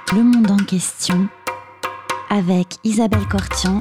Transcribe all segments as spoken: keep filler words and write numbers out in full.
Le monde en question avec Isabelle Cortian.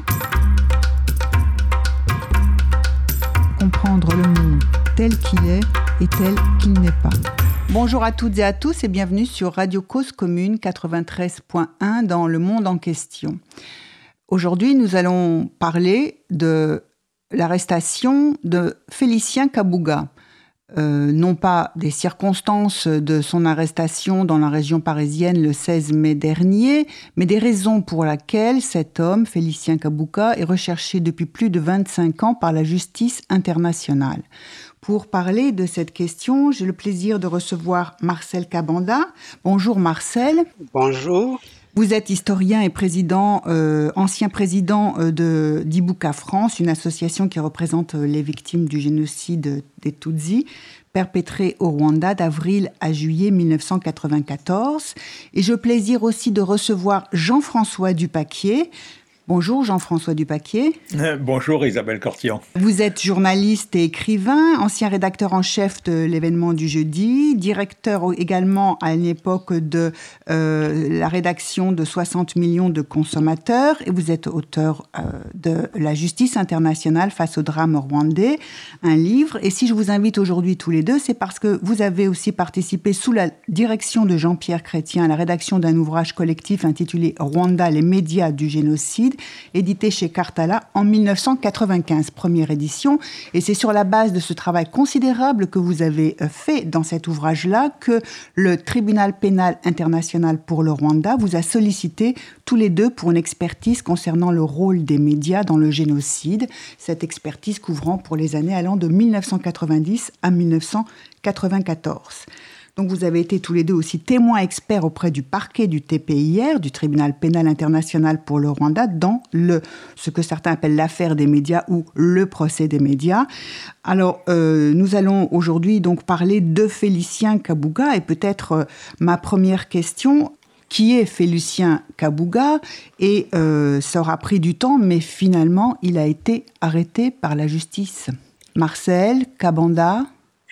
Comprendre le monde tel qu'il est et tel qu'il n'est pas. Bonjour à toutes et à tous et bienvenue sur Radio Cause Commune quatre-vingt-treize point un dans Le monde en question. Aujourd'hui, nous allons parler de l'arrestation de Félicien Kabuga. Euh, non pas des circonstances de son arrestation dans la région parisienne le seize mai dernier, mais des raisons pour lesquelles cet homme, Félicien Kabuga, est recherché depuis plus de vingt-cinq ans par la justice internationale. Pour parler de cette question, j'ai le plaisir de recevoir Marcel Kabanda. Bonjour Marcel. Bonjour. Vous êtes historien et président, euh, ancien président euh, de d'Ibuka France, une association qui représente euh, les victimes du génocide des Tutsis, perpétré au Rwanda d'avril à juillet mille neuf cent quatre-vingt-quatorze. Et j'ai le plaisir aussi de recevoir Jean-François Dupaquier. Bonjour Jean-François Dupaquier. Euh, bonjour Isabelle Cortian. Vous êtes journaliste et écrivain, ancien rédacteur en chef de l'événement du jeudi, directeur également à une époque de euh, la rédaction de soixante millions de consommateurs et vous êtes auteur euh, de La justice internationale face au drame rwandais, un livre. Et si je vous invite aujourd'hui tous les deux, c'est parce que vous avez aussi participé sous la direction de Jean-Pierre Chrétien à la rédaction d'un ouvrage collectif intitulé Rwanda, les médias du génocide, édité chez Cartala en mille neuf cent quatre-vingt-quinze, première édition. Et c'est sur la base de ce travail considérable que vous avez fait dans cet ouvrage-là que le tribunal pénal international pour le Rwanda vous a sollicité tous les deux pour une expertise concernant le rôle des médias dans le génocide. Cette expertise couvrant pour les années allant de mille neuf cent quatre-vingt-dix à mille neuf cent quatre-vingt-quatorze. Donc vous avez été tous les deux aussi témoins experts auprès du parquet du T P I R, du tribunal pénal international pour le Rwanda, dans le, ce que certains appellent l'affaire des médias ou le procès des médias. Alors euh, nous allons aujourd'hui donc parler de Félicien Kabuga et peut-être euh, ma première question, qui est Félicien Kabuga, et euh, ça aura pris du temps, mais finalement il a été arrêté par la justice. Marcel Kabanda.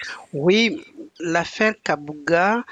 Oui, l'affaire Kabuga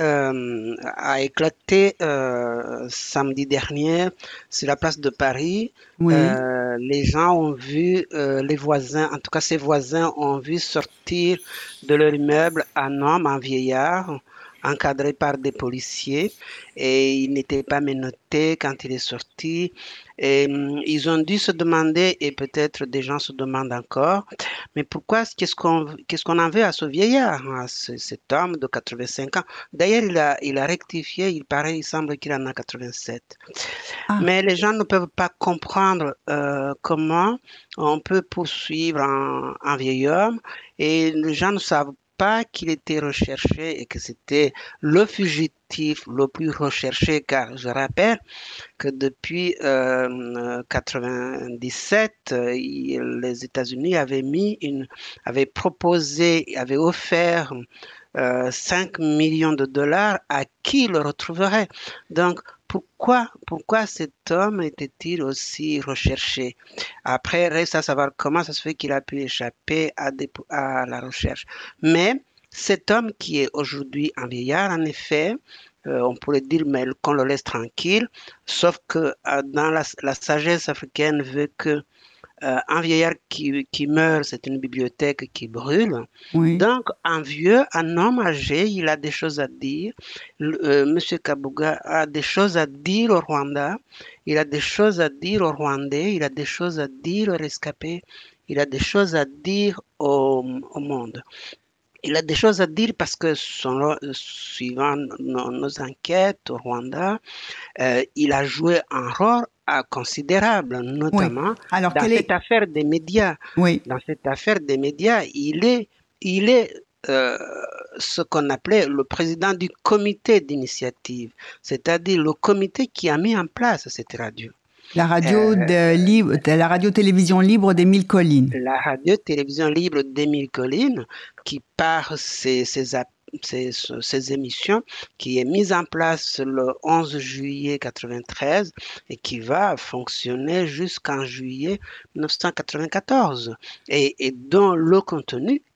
euh, a éclaté euh, samedi dernier sur la place de Paris. Oui. Euh, les gens ont vu, euh, les voisins, en tout cas ses voisins ont vu sortir de leur immeuble un homme, un vieillard, encadré par des policiers, et il n'était pas menotté quand il est sorti. Et, hum, ils ont dû se demander, et peut-être des gens se demandent encore, mais pourquoi, qu'est-ce qu'on, qu'est-ce qu'on en veut à ce vieillard, à ce- cet homme de quatre-vingt-cinq ans? D'ailleurs, il a, il a rectifié, il paraît, il semble qu'il en a quatre-vingt-sept. Ah. Mais les gens ne peuvent pas comprendre euh, comment on peut poursuivre un, un vieil homme, et les gens ne savent pas qu'il était recherché et que c'était le fugitif le plus recherché, car je rappelle que depuis euh, quatre-vingt-dix-sept, euh, il- les États-Unis avaient mis une, avaient proposé, avaient offert euh, cinq millions de dollars à qui le retrouverait. Donc, pourquoi, pourquoi cet homme était-il aussi recherché? Après, reste à savoir comment ça se fait qu'il a pu échapper à, des- à la recherche. Mais cet homme qui est aujourd'hui un vieillard, en effet, euh, on pourrait dire mais qu'on le laisse tranquille, sauf que euh, dans la, la sagesse africaine veut que euh, un vieillard qui, qui meurt, c'est une bibliothèque qui brûle. Oui. Donc, un vieux, un homme âgé, il a des choses à dire. Le- euh, Monsieur Kabuga a des choses à dire au Rwanda. Il a des choses à dire aux Rwandais. Il a des choses à dire aux rescapés. Il a des choses à dire au, au monde. Il a des choses à dire parce que, selon- suivant nos, nos enquêtes au Rwanda, euh, il a joué un rôle ah, considérable, Oui. notamment Alors, dans quelle cette est... affaire des médias. Oui. Dans cette affaire des médias, il est, il est euh, ce qu'on appelait le président du comité d'initiative, c'est-à-dire le comité qui a mis en place cette radio. La radio, Euh, de libre, de la radio-télévision libre des Mille Collines. la radio-télévision libre d'Émile Colline, qui par ses, ses, ap- ses- ses émissions, qui est mise en place le onze juillet quatre-vingt-treize et qui va fonctionner jusqu'en juillet mille neuf cent quatre-vingt-quatorze, et, et dont le contenu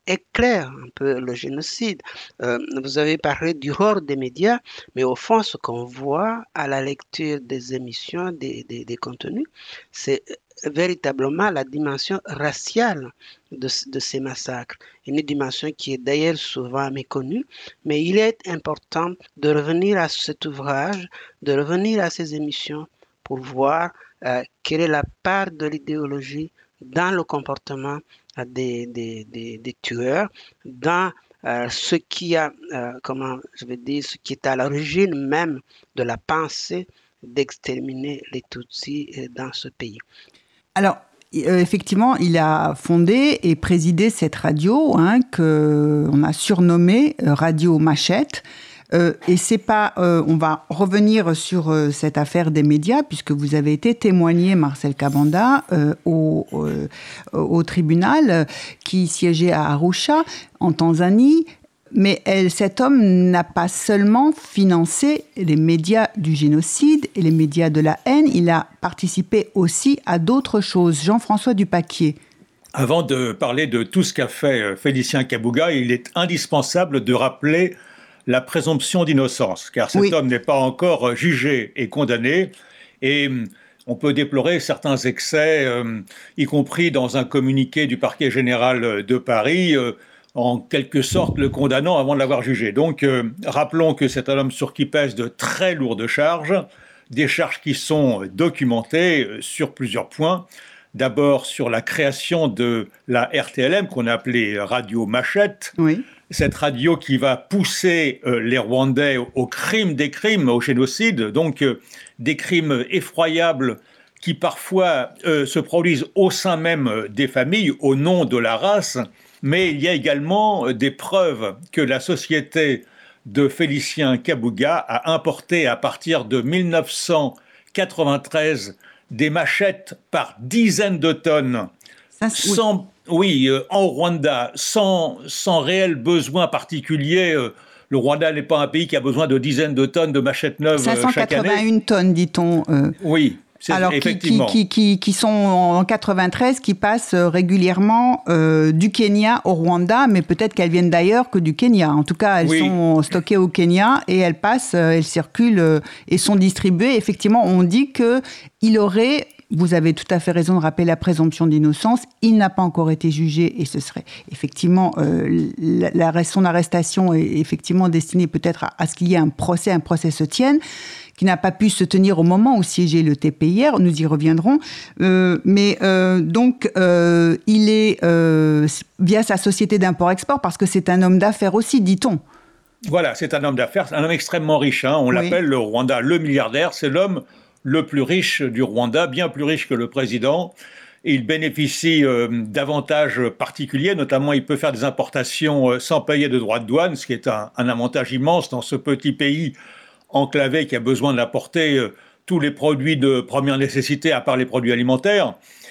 éclaire un peu le génocide. Euh, vous avez parlé du rôle des médias, mais au fond, ce qu'on voit à la lecture des émissions, des, des, des contenus, c'est véritablement la dimension raciale de, de ces massacres. Une dimension qui est d'ailleurs souvent méconnue, mais il est important de revenir à cet ouvrage, de revenir à ces émissions pour voir euh, quelle est la part de l'idéologie dans le comportement des, des, des, des tueurs, dans euh, ce qui a, euh, comment je vais dire, ce qui est à l'origine même de la pensée d'exterminer les Tutsis dans ce pays. Alors, euh, effectivement, il a fondé et présidé cette radio hein, qu'on a surnommée Radio Machette. Euh, et c'est pas, euh, on va revenir sur euh, cette affaire des médias, puisque vous avez été témoigné, Marcel Kabanda, euh, au, euh, au tribunal euh, qui siégeait à Arusha, en Tanzanie. Mais elle, cet homme n'a pas seulement financé les médias du génocide et les médias de la haine, il a participé aussi à d'autres choses. Jean-François Dupaquier. Avant de parler de tout ce qu'a fait Félicien Kabuga, il est indispensable de rappeler la présomption d'innocence, car cet oui. homme n'est pas encore jugé et condamné, et on peut déplorer certains excès, euh, y compris dans un communiqué du parquet général de Paris, euh, en quelque sorte le condamnant avant de l'avoir jugé. Donc, euh, rappelons que c'est un homme sur qui pèsent de très lourdes charges, des charges qui sont documentées sur plusieurs points. D'abord sur la création de la R T L M, qu'on a appelée Radio Machette. Oui. Cette radio qui va pousser euh, les Rwandais au, au crime des crimes, au génocide, donc euh, des crimes effroyables qui parfois euh, se produisent au sein même des familles, au nom de la race. Mais il y a également des preuves que la société de Félicien Kabuga a importé à partir de mille neuf cent quatre-vingt-treize des machettes par dizaines de tonnes, Ça, sans, oui, euh, en Rwanda, sans, sans réel besoin particulier. Euh, le Rwanda n'est pas un pays qui a besoin de dizaines de tonnes de machettes neuves chaque année. cinq cent quatre-vingt-une tonnes, dit-on. Euh... Oui. Alors, qui, qui, qui, qui, qui sont en quatre-vingt-treize, qui passent régulièrement euh, du Kenya au Rwanda, mais peut-être qu'elles viennent d'ailleurs que du Kenya. En tout cas, elles oui. sont stockées au Kenya et elles passent, elles circulent euh, et sont distribuées. Effectivement, on dit qu'il aurait... Vous avez tout à fait raison de rappeler la présomption d'innocence. Il n'a pas encore été jugé et ce serait effectivement euh, la, la, son arrestation est effectivement destinée peut-être à, à ce qu'il y ait un procès, un procès se tienne, qui n'a pas pu se tenir au moment où siégeait le T P I R. Nous y reviendrons. Euh, mais euh, donc euh, il est euh, via sa société d'import-export parce que c'est un homme d'affaires aussi, dit-on. Voilà, c'est un homme d'affaires, un homme extrêmement riche. Hein. On oui. l'appelle le Rwanda le milliardaire. C'est l'homme le plus riche du Rwanda, bien plus riche que le président. Et il bénéficie euh, d'avantages particuliers, notamment il peut faire des importations euh, sans payer de droits de douane, ce qui est un, un avantage immense dans ce petit pays enclavé qui a besoin d'apporter euh, tous les produits de première nécessité, à part les produits alimentaires.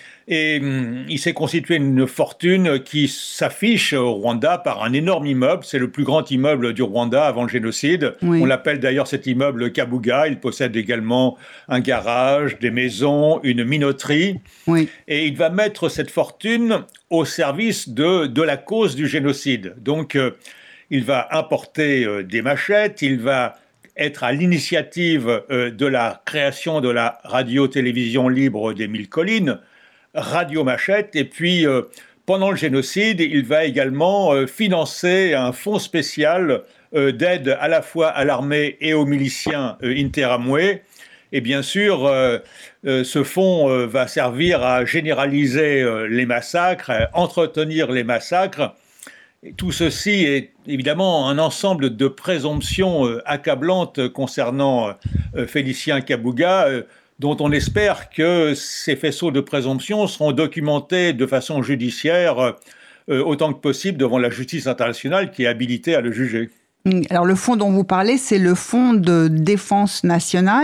Et hum, il s'est constitué une fortune qui s'affiche au Rwanda par un énorme immeuble. C'est le plus grand immeuble du Rwanda avant le génocide. Oui. On l'appelle d'ailleurs cet immeuble Kabuga. Il possède également un garage, des maisons, une minoterie. Oui. Et il va mettre cette fortune au service de, de la cause du génocide. Donc, euh, il va importer euh, des machettes, il va être à l'initiative euh, de la création de la radio-télévision libre des Mille Collines, Radio Machette, et puis euh, pendant le génocide, il va également euh, financer un fonds spécial euh, d'aide à la fois à l'armée et aux miliciens euh, Interamwe. Et bien sûr, euh, euh, ce fonds euh, va servir à généraliser euh, les massacres, à entretenir les massacres. Et tout ceci est évidemment un ensemble de présomptions euh, accablantes concernant euh, Félicien Kabuga, euh, dont on espère que ces faisceaux de présomption seront documentés de façon judiciaire euh, autant que possible devant la justice internationale qui est habilitée à le juger. Alors le fonds dont vous parlez, c'est le fonds de défense nationale ?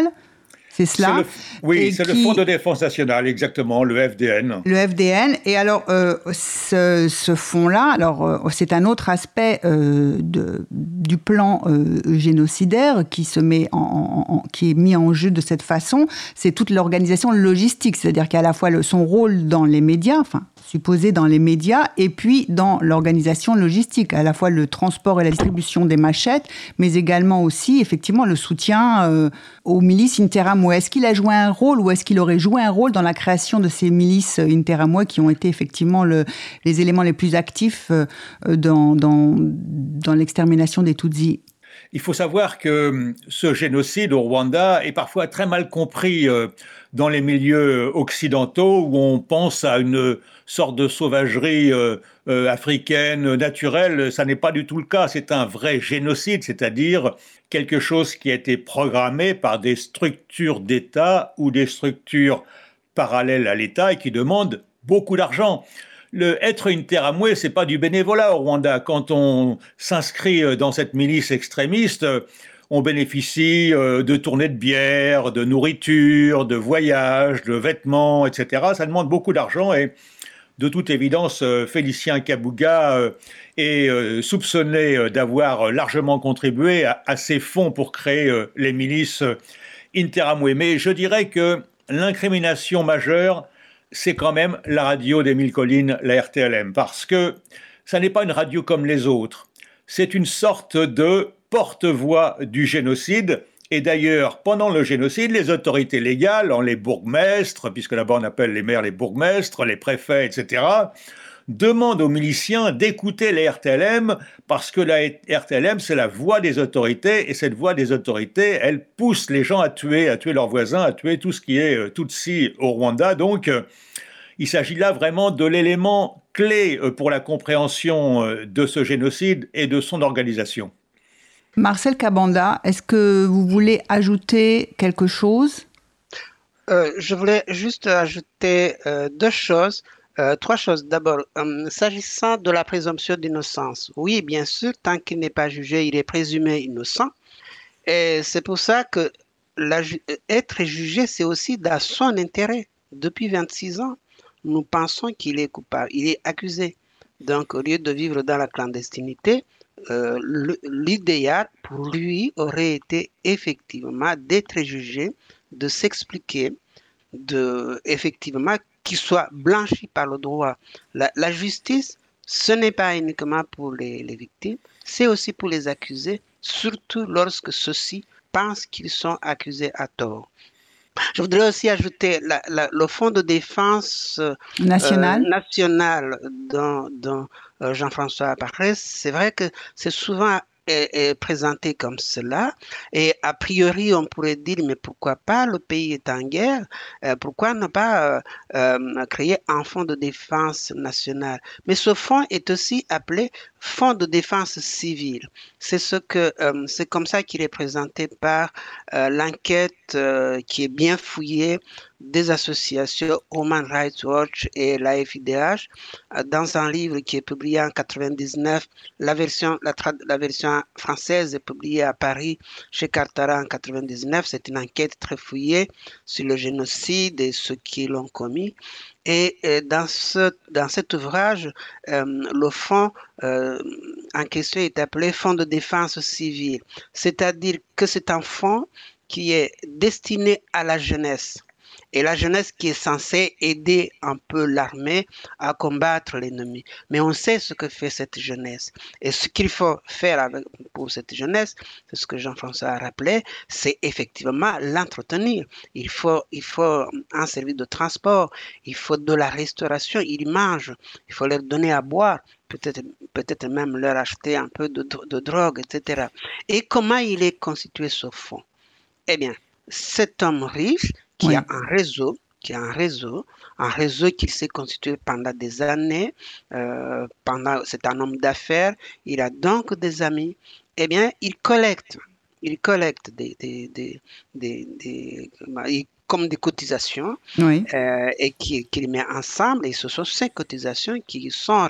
C'est cela. Le, oui, c'est qui, le Fonds de défense nationale, exactement, le F D N. Le F D N. Et alors, euh, ce, ce fonds-là, alors euh, c'est un autre aspect euh, de, du plan euh, génocidaire qui se met en, en, qui est mis en jeu de cette façon. C'est toute l'organisation logistique, c'est-à-dire qu'il y a à la fois le, son rôle dans les médias, enfin supposé dans les médias, et puis dans l'organisation logistique, à la fois le transport et la distribution des machettes, mais également aussi, effectivement, le soutien euh, aux milices interamway. Est-ce qu'il a joué un rôle ou est-ce qu'il aurait joué un rôle dans la création de ces milices interamway qui ont été effectivement le, les éléments les plus actifs euh, dans, dans, dans l'extermination des Tutsis? Il faut savoir que ce génocide au Rwanda est parfois très mal compris dans les milieux occidentaux où on pense à une sorte de sauvagerie africaine naturelle. Ça n'est pas du tout le cas. C'est un vrai génocide, c'est-à-dire quelque chose qui a été programmé par des structures d'État ou des structures parallèles à l'État et qui demandent beaucoup d'argent. Le être interamway, c'est pas du bénévolat au Rwanda. Quand on s'inscrit dans cette milice extrémiste, on bénéficie de tournées de bière, de nourriture, de voyages, de vêtements, et cetera. Ça demande beaucoup d'argent et de toute évidence, Félicien Kabuga est soupçonné d'avoir largement contribué à ces fonds pour créer les milices interamway. Mais je dirais que l'incrimination majeure, c'est quand même la radio des Mille Collines, la R T L M, parce que ça n'est pas une radio comme les autres. C'est une sorte de porte-voix du génocide. Et d'ailleurs, pendant le génocide, les autorités légales, les bourgmestres, puisque là-bas on appelle les maires les bourgmestres, les préfets, et cetera, demandent aux miliciens d'écouter la R T L M parce que la R T L M, c'est la voix des autorités et cette voix des autorités, elle pousse les gens à tuer, à tuer leurs voisins, à tuer tout ce qui est Tutsi au Rwanda. Donc, il s'agit là vraiment de l'élément clé pour la compréhension de ce génocide et de son organisation. Marcel Kabanda, est-ce que vous voulez ajouter quelque chose ? euh, Je voulais juste ajouter euh, deux choses. Euh, trois choses. D'abord, euh, s'agissant de la présomption d'innocence, oui, bien sûr, tant qu'il n'est pas jugé, il est présumé innocent. Et c'est pour ça que la, être jugé, c'est aussi dans son intérêt. Depuis vingt-six ans, nous pensons qu'il est coupable, il est accusé. Donc, au lieu de vivre dans la clandestinité, euh, l'idéal pour lui aurait été effectivement d'être jugé, de s'expliquer, de effectivement qu'il soit blanchi par le droit. La, la justice, ce n'est pas uniquement pour les, les victimes, c'est aussi pour les accusés, surtout lorsque ceux-ci pensent qu'ils sont accusés à tort. Je voudrais aussi ajouter la, la, le fonds de défense national, euh, national dont, dont euh, Jean-François parlait. C'est vrai que c'est souvent Est, est présenté comme cela et a priori on pourrait dire mais pourquoi pas, le pays est en guerre, euh, pourquoi ne pas euh, euh, créer un fonds de défense nationale? Mais ce fonds est aussi appelé fonds de défense civile. C'est ce que euh, c'est comme ça qu'il est présenté par euh, l'enquête euh, qui est bien fouillée des associations Human Rights Watch et la F I D H euh, dans un livre qui est publié en quatre-vingt-dix-neuf. La version, la, la version française est publiée à Paris chez Cartara en quatre-vingt-dix-neuf. C'est une enquête très fouillée sur le génocide et ceux qui l'ont commis. Et, et dans, ce, dans cet ouvrage, euh, le fonds euh, en question est appelé Fonds de défense civile. C'est-à-dire que c'est un fonds qui est destiné à la jeunesse. Et la jeunesse qui est censée aider un peu l'armée à combattre l'ennemi. Mais on sait ce que fait cette jeunesse. Et ce qu'il faut faire avec, pour cette jeunesse, c'est ce que Jean-François a rappelé, c'est effectivement l'entretenir. Il faut, il faut un service de transport, il faut de la restauration, ils mangent, il faut leur donner à boire, peut-être peut-être même leur acheter un peu de, de drogue, et cetera. Et comment il est constitué ce fonds? Eh bien, cet homme riche qui oui. a un réseau, qui a un réseau, un réseau qui s'est constitué pendant des années, euh, pendant, c'est un homme d'affaires, il a donc des amis, eh bien, il collecte, il collecte des, des, des, des, des, des comme des cotisations, oui. euh, et qui, qui les met ensemble, et ce sont ces cotisations qui sont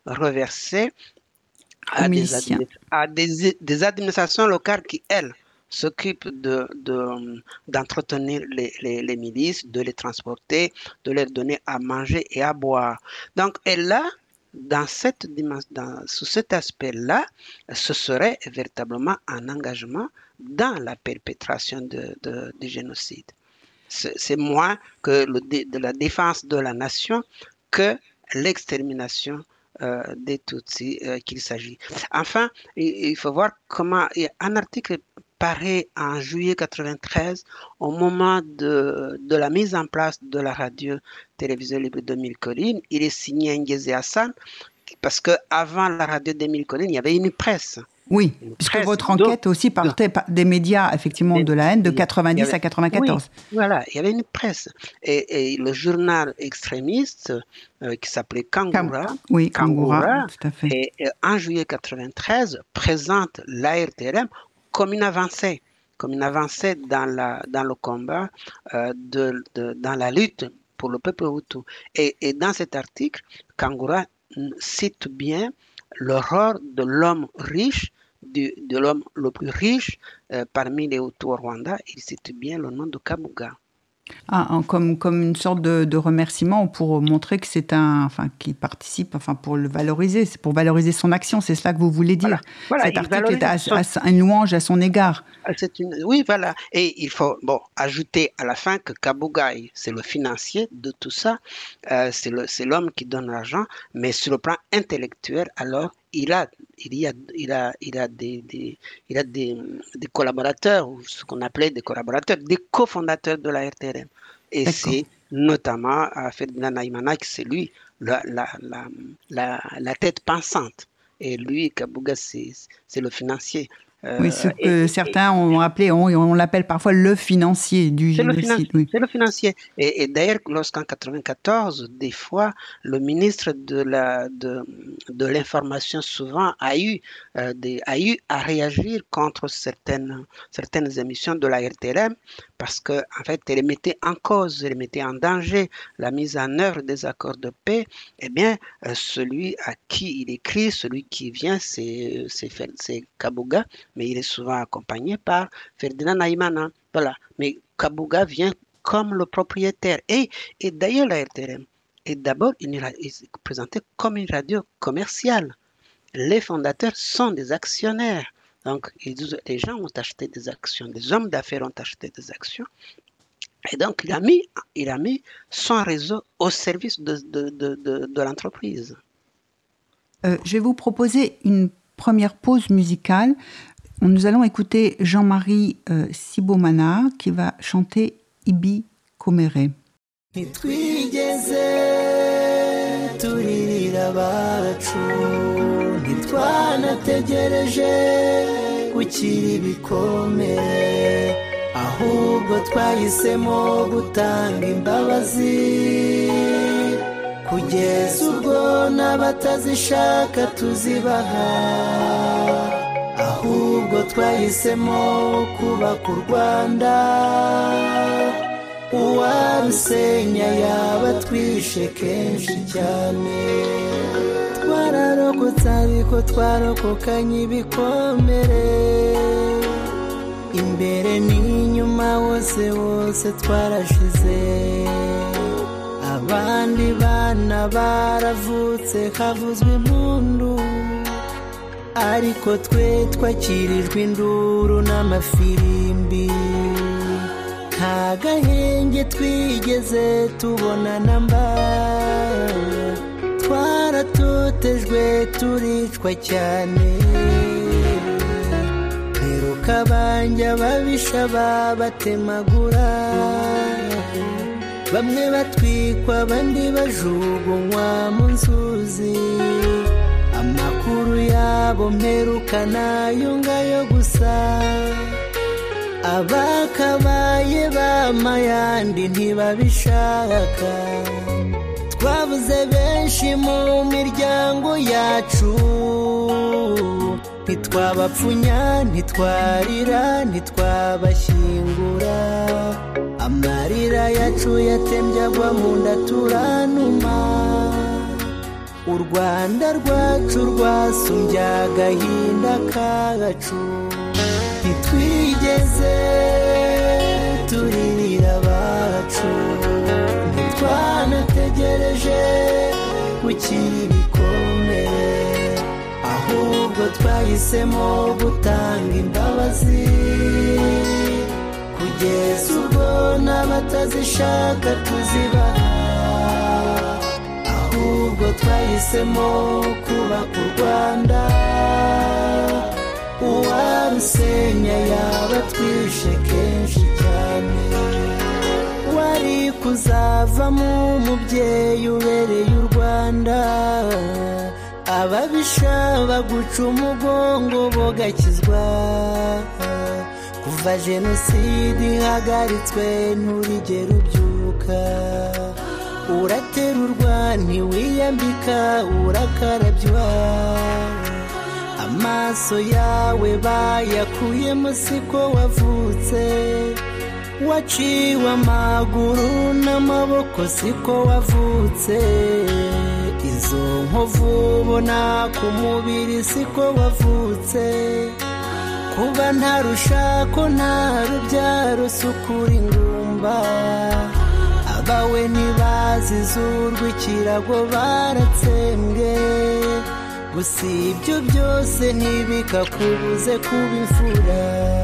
reversées à, des, à des, des administrations locales qui, elles, s'occupe de, de, d'entretenir les, les, les milices, de les transporter, de leur donner à manger et à boire. Donc, et là, dans cette dimension, dans, sous cet aspect-là, ce serait véritablement un engagement dans la perpétration de, de, du génocide. C'est, c'est moins que le, de la défense de la nation que l'extermination euh, des Tutsis euh, qu'il s'agit. Enfin, il, il faut voir comment il y a un article paraît en juillet quatre-vingt-treize, au moment de, de la mise en place de la radio-télévision libre de Mille Collines. Il est signé Nguese Hassan, parce qu'avant la radio de Mille Collines, il y avait une presse. Oui, une puisque presse votre enquête aussi partait des médias, effectivement, de la haine, de quatre-vingt-dix avait, à quatre-vingt-quatorze. Oui, voilà, il y avait une presse. Et, et le journal extrémiste, euh, qui s'appelait Kangoura, Cam, oui, Kangoura, Kangoura tout à fait. Et, et en juillet quatre-vingt-treize, présente l'A R T L M comme une avancée, comme une avancée dans, la, dans le combat, euh, de, de, dans la lutte pour le peuple Hutu. Et, et dans cet article, Kangoura cite bien l'horreur de l'homme riche, du, de l'homme le plus riche euh, parmi les Hutus au Rwanda. Il cite bien le nom de Kabuga. Ah, comme, comme une sorte de, de remerciement pour montrer que c'est un, enfin, qu'il participe, enfin, pour le valoriser, c'est pour valoriser son action, c'est cela que vous voulez dire. Voilà, voilà, cet article est à, son... à, une louange à son égard. C'est une, oui, voilà. Et il faut bon, ajouter à la fin que Kabuga, c'est le financier de tout ça, euh, c'est, le, c'est l'homme qui donne l'argent, mais sur le plan intellectuel, alors, il a, il y a, il a, il a, des, des, il a des, des collaborateurs, ou ce qu'on appelait des collaborateurs, des cofondateurs de la R T L M. Et D'accord. c'est notamment euh, Ferdinand Naïmana, qui c'est lui, la, la, la, la, la tête pensante. Et lui, Kabuga, c'est, c'est le financier. Euh, oui, ce que et, certains et, ont appelé, on, on l'appelle parfois le financier du c'est génocide. Le financier, oui. C'est le financier. Et, et d'ailleurs, lorsqu'en quatre-vingt-quatorze, des fois, le ministre de, la, de, de l'information souvent a eu, euh, des, a eu à réagir contre certaines, certaines émissions de la R T L M parce qu'en en fait, elle mettait en cause, elle mettait en danger la mise en œuvre des accords de paix. Eh bien, euh, celui à qui il écrit, celui qui vient, c'est, c'est, c'est Kabuga, mais il est souvent accompagné par Ferdinand Naïmana. Voilà. Mais Kabuga vient comme le propriétaire. Et, et d'ailleurs, la R T L M est d'abord une, est présentée comme une radio commerciale. Les fondateurs sont des actionnaires. Donc, ils, les gens ont acheté des actions, des hommes d'affaires ont acheté des actions. Et donc, il a mis, il a mis son réseau au service de, de, de, de, de l'entreprise. Euh, je vais vous proposer une première pause musicale. Nous allons écouter Jean-Marie euh, Sibomana qui va chanter Ibi Komere. Nitwigeze turirira abacu ntitwanategereje gukira ibikomere ahubwo twahisemo gutanga imbabazi kugeza ubwo n'abatazishaka tuzibaha ahubwo twahisemo kubaka u Rwanda uwarusenya yaba twishe kenshi cyane twararokotse ariko twarokokanye ibikomere imbere n'inyuma wose wose twarashize abandi bana baravutse havuzwe impundu ariko twe twakirijwe induru n'amafirimbi nta gahenge twigeze tubona namba twaratotejwe turicwa cyane mperuka banja babisha babatemagura bamwe batwikwa abandi bajugunywa mu nzuzi amakuru yabo mperuka nayo ngayo gusa abakabaye bamayandi ntibabishaka twabuze benshi mu miryango yacu ntitwabapfunya ntitwarira ntitwabashyingura amarira yacu yatembye agwa mu nda turanuma u Rwanda rwacu rwasumbye agahinda kacu ntitwige ntitwigeze turirira abacu, ntitwanategereje gukira ibikomere, ahubwo twahisemo gutanga imbabazi, kugeza ubwo n'abatazishaka tuzibaha, ahubwo twahisemo kubaka u Rwanda, uwarusenya yaba twishe kenshi cyane, wari kuzavamo umubyeyi ubereye u Rwanda, ababisha baguca umugongo bogakizwa, kuva jenoside ihagaritswe nturigera ubyuka, uraterurwa ntiwiyambika urakarabywa, amaso yawe bayakuyemo siko wavutse, waciwe amaguru n'amaboko siko wavutse, izo nkovu ubona ku mubiri siko wavutse, kuba nta rushako nta rubyaro sukura ingumba, abawe ntibazizurwa ikirago baratsembwe, gusa ibyo byose ntibikakubuze kuba imfura,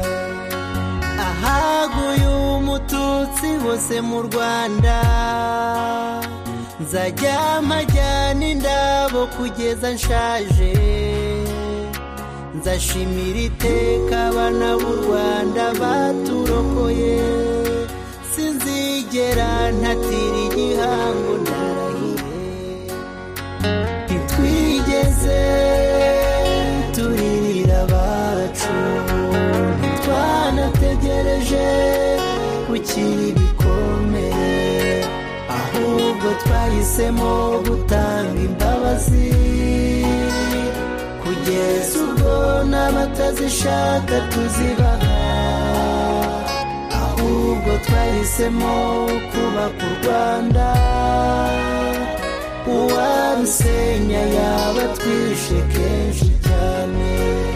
ahaguye umututsi hose mu Rwanda, nzajya mpajyana indabo kugeza nshaje, nzashimira iteka abana b'u Rwanda baturokoye, sinzigera ntatira igihango ndarahiye, ntitwigeze turirira abacu, ntitwanategereje gukira ibikomere, ahubwo twahisemo gutanga imbabazi, kugeza ubwo n'abatazishaka tuzibaha, ahubwo twahisemo kubaka u Rwanda, uwarusenya yaba twishe kenshi cyane.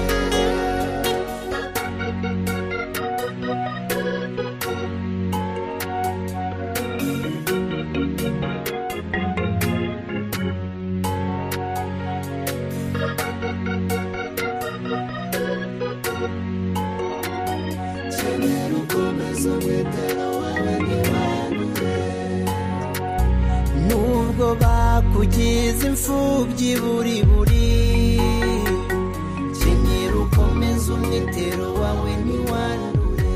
Nubwo bakugize imfubyi buri buri, kenyera ukomeza umwitero wawe ntiwandure,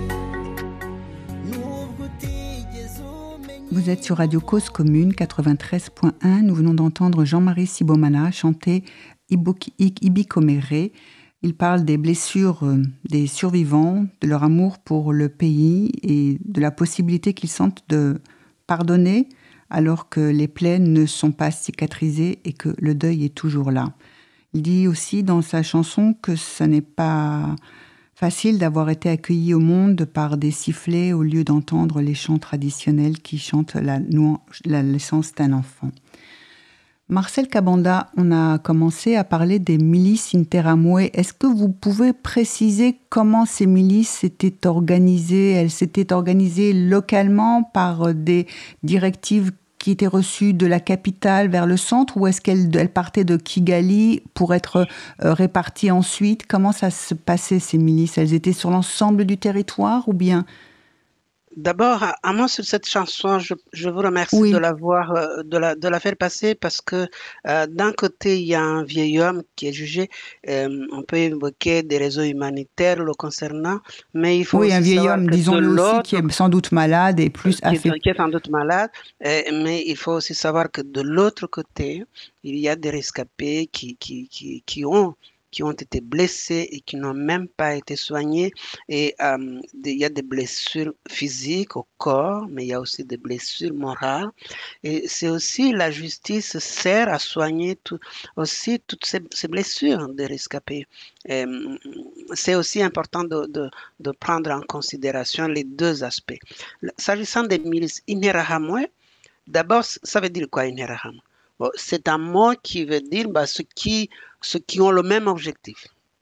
nubwo utigeze umenya. Vous êtes sur Radio Cause Commune quatre-vingt-treize point un. Nous venons d'entendre Jean-Marie Sibomana chanter Ibikomere. Il parle des blessures des survivants, de leur amour pour le pays et de la possibilité qu'ils sentent de pardonner alors que les plaies ne sont pas cicatrisées et que le deuil est toujours là. Il dit aussi dans sa chanson que ce n'est pas facile d'avoir été accueilli au monde par des sifflets au lieu d'entendre les chants traditionnels qui chantent la, la naissance d'un enfant. Marcel Kabanda, on a commencé à parler des milices Interamwe. Est-ce que vous pouvez préciser comment ces milices s'étaient organisées? Elles s'étaient organisées localement par des directives qui étaient reçues de la capitale vers le centre, ou est-ce qu'elles elles partaient de Kigali pour être euh, réparties ensuite? Comment ça se passait, ces milices? Elles étaient sur l'ensemble du territoire ou bien? D'abord, à moi, sur cette chanson, je, je vous remercie oui. de l'avoir, de la, de la faire passer parce que euh, d'un côté, il y a un vieil homme qui est jugé. Euh, on peut évoquer des réseaux humanitaires le concernant, mais il faut oui, aussi un vieil savoir homme, que disons-le aussi, qui est sans doute malade et plus qui, est, qui est sans doute malade. Euh, mais il faut aussi savoir que de l'autre côté, il y a des rescapés qui, qui, qui, qui ont qui ont été blessés et qui n'ont même pas été soignés. Et euh, il y a des blessures physiques au corps, mais il y a aussi des blessures morales. Et c'est aussi, la justice sert à soigner tout, aussi toutes ces, ces blessures des rescapés. Et, c'est aussi important de, de, de prendre en considération les deux aspects. S'agissant des milices Interahamwe, d'abord, ça veut dire quoi Interahamwe? Bon, c'est un mot qui veut dire bah, ceux, qui, ceux qui ont le même objectif.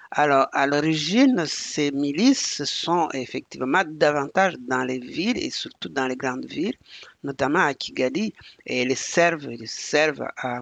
Alors, à l'origine, ces milices sont effectivement davantage dans les villes et surtout dans les grandes villes, notamment à Kigali, et elles servent, elles servent à,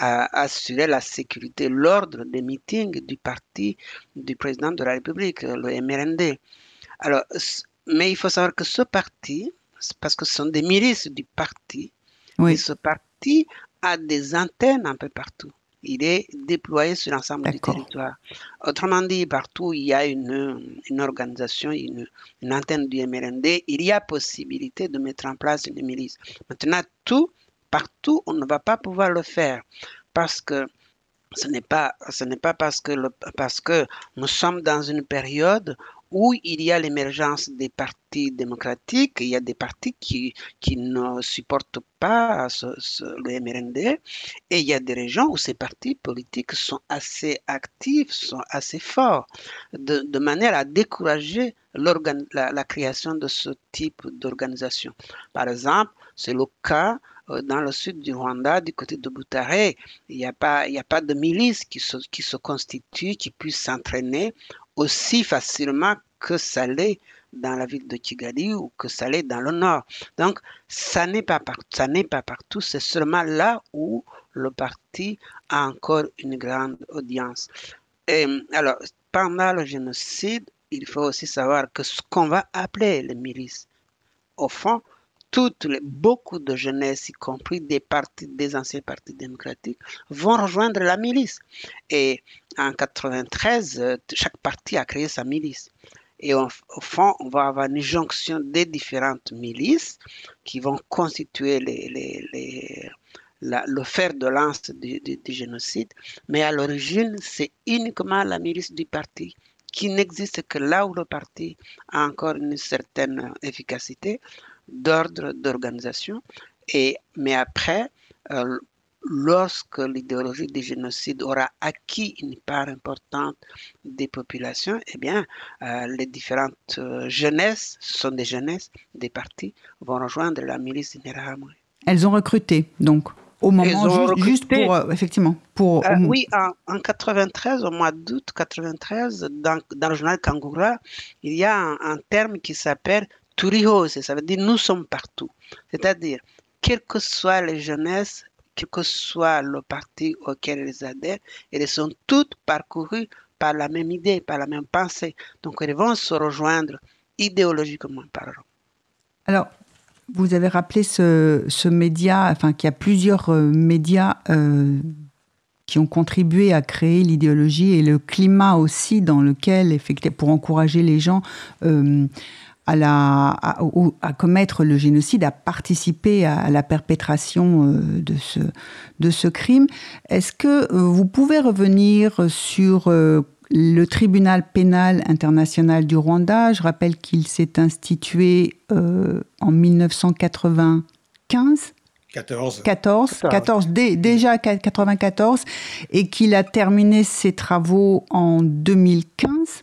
à assurer la sécurité, l'ordre des meetings du parti du président de la République, le M R N D. Alors, mais il faut savoir que ce parti, parce que ce sont des milices du parti, oui. Et ce parti a des antennes un peu partout. Il est déployé sur l'ensemble du territoire. Autrement dit, partout où il y a une, une organisation, une, une antenne du M R N D, il y a possibilité de mettre en place une milice. Maintenant, tout, partout, on ne va pas pouvoir le faire parce que ce n'est pas, ce n'est pas parce que, le, parce que nous sommes dans une période où il y a l'émergence des partis démocratiques, il y a des partis qui, qui ne supportent pas ce, ce, le M R N D, et il y a des régions où ces partis politiques sont assez actifs, sont assez forts, de, de manière à décourager la, la création de ce type d'organisation. Par exemple, c'est le cas dans le sud du Rwanda, du côté de Butare, il n'y a pas, il n'y a pas de milice qui se, qui se constitue, qui puisse s'entraîner aussi facilement que ça l'est dans la ville de Kigali ou que ça l'est dans le nord. Donc, ça n'est pas partout, ça n'est pas partout, c'est seulement là où le parti a encore une grande audience. Et, alors, pendant le génocide, il faut aussi savoir que ce qu'on va appeler les milices, au fond, toutes les, beaucoup de jeunesse, y compris des partis, des anciens partis démocratiques, vont rejoindre la milice. Et en quatre-vingt-treize, chaque parti a créé sa milice. Et au, au fond, on va avoir une jonction des différentes milices qui vont constituer les, les, les, la, le fer de lance du, du, du génocide. Mais à l'origine, c'est uniquement la milice du parti qui n'existe que là où le parti a encore une certaine efficacité d'ordre d'organisation, et mais après, euh, lorsque l'idéologie du génocide aura acquis une part importante des populations, eh bien, euh, les différentes euh, jeunesses, ce sont des jeunesses, des partis, vont rejoindre la milice générale. Elles ont recruté, donc, au moment ju- juste pour, euh, effectivement, pour... Euh, oui, en, en quatre-vingt-treize, au mois d'août quatre-vingt-treize, dans, dans le journal Kangura, il y a un, un terme qui s'appelle Turihose, ça veut dire nous sommes partout. C'est-à-dire, quelles que soient les jeunesses, quel que soit le parti auquel elles adhèrent, elles sont toutes parcourues par la même idée, par la même pensée. Donc, elles vont se rejoindre idéologiquement parlant. Alors, vous avez rappelé ce, ce média, enfin, qu'il y a plusieurs euh, médias euh, qui ont contribué à créer l'idéologie et le climat aussi dans lequel, effectivement, pour encourager les gens euh, à, la, à, à commettre le génocide, à participer à, à la perpétration euh, de, ce, de ce crime. Est-ce que euh, vous pouvez revenir sur euh, le tribunal pénal international du Rwanda? Je rappelle qu'il s'est institué euh, en dix-neuf cent quatre-vingt-quinze. quatorze. quatorze, quatorze, dé, déjà quatre-vingt-quatorze, et qu'il a terminé ses travaux en deux mille quinze.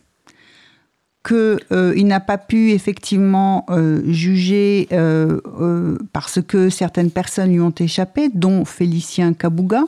Qu'il euh, n'a pas pu effectivement euh, juger euh, euh, parce que certaines personnes lui ont échappé, dont Félicien Kabuga,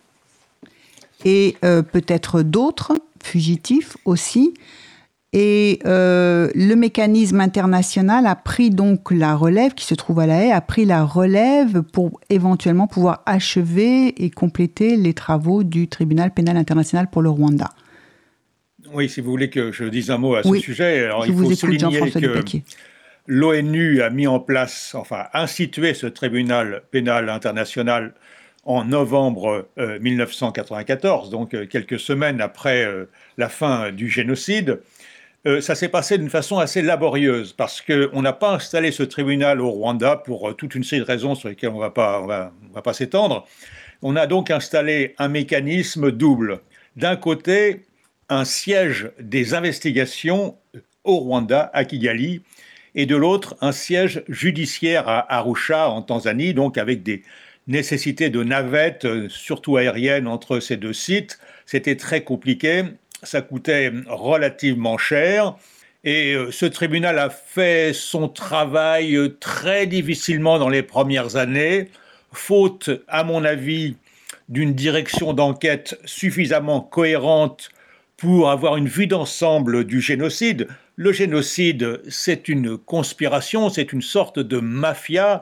et euh, peut-être d'autres fugitifs aussi. Et euh, le mécanisme international a pris donc la relève, qui se trouve à La Haye, a pris la relève pour éventuellement pouvoir achever et compléter les travaux du tribunal pénal international pour le Rwanda. Oui, si vous voulez que je dise un mot à ce oui, sujet, alors je il vous faut écoute, souligner que l'ONU a mis en place, enfin institué ce tribunal pénal international en novembre euh, dix-neuf cent quatre-vingt-quatorze, donc euh, quelques semaines après euh, la fin du génocide. Euh, ça s'est passé d'une façon assez laborieuse, parce qu'on n'a pas installé ce tribunal au Rwanda pour euh, toute une série de raisons sur lesquelles on va pas, on va, on va pas s'étendre. On a donc installé un mécanisme double. D'un côté, un siège des investigations au Rwanda, à Kigali, et de l'autre, un siège judiciaire à Arusha, en Tanzanie, donc avec des nécessités de navettes, surtout aériennes, entre ces deux sites. C'était très compliqué, ça coûtait relativement cher, et ce tribunal a fait son travail très difficilement dans les premières années, faute, à mon avis, d'une direction d'enquête suffisamment cohérente pour avoir une vue d'ensemble du génocide. Le génocide, c'est une conspiration, c'est une sorte de mafia,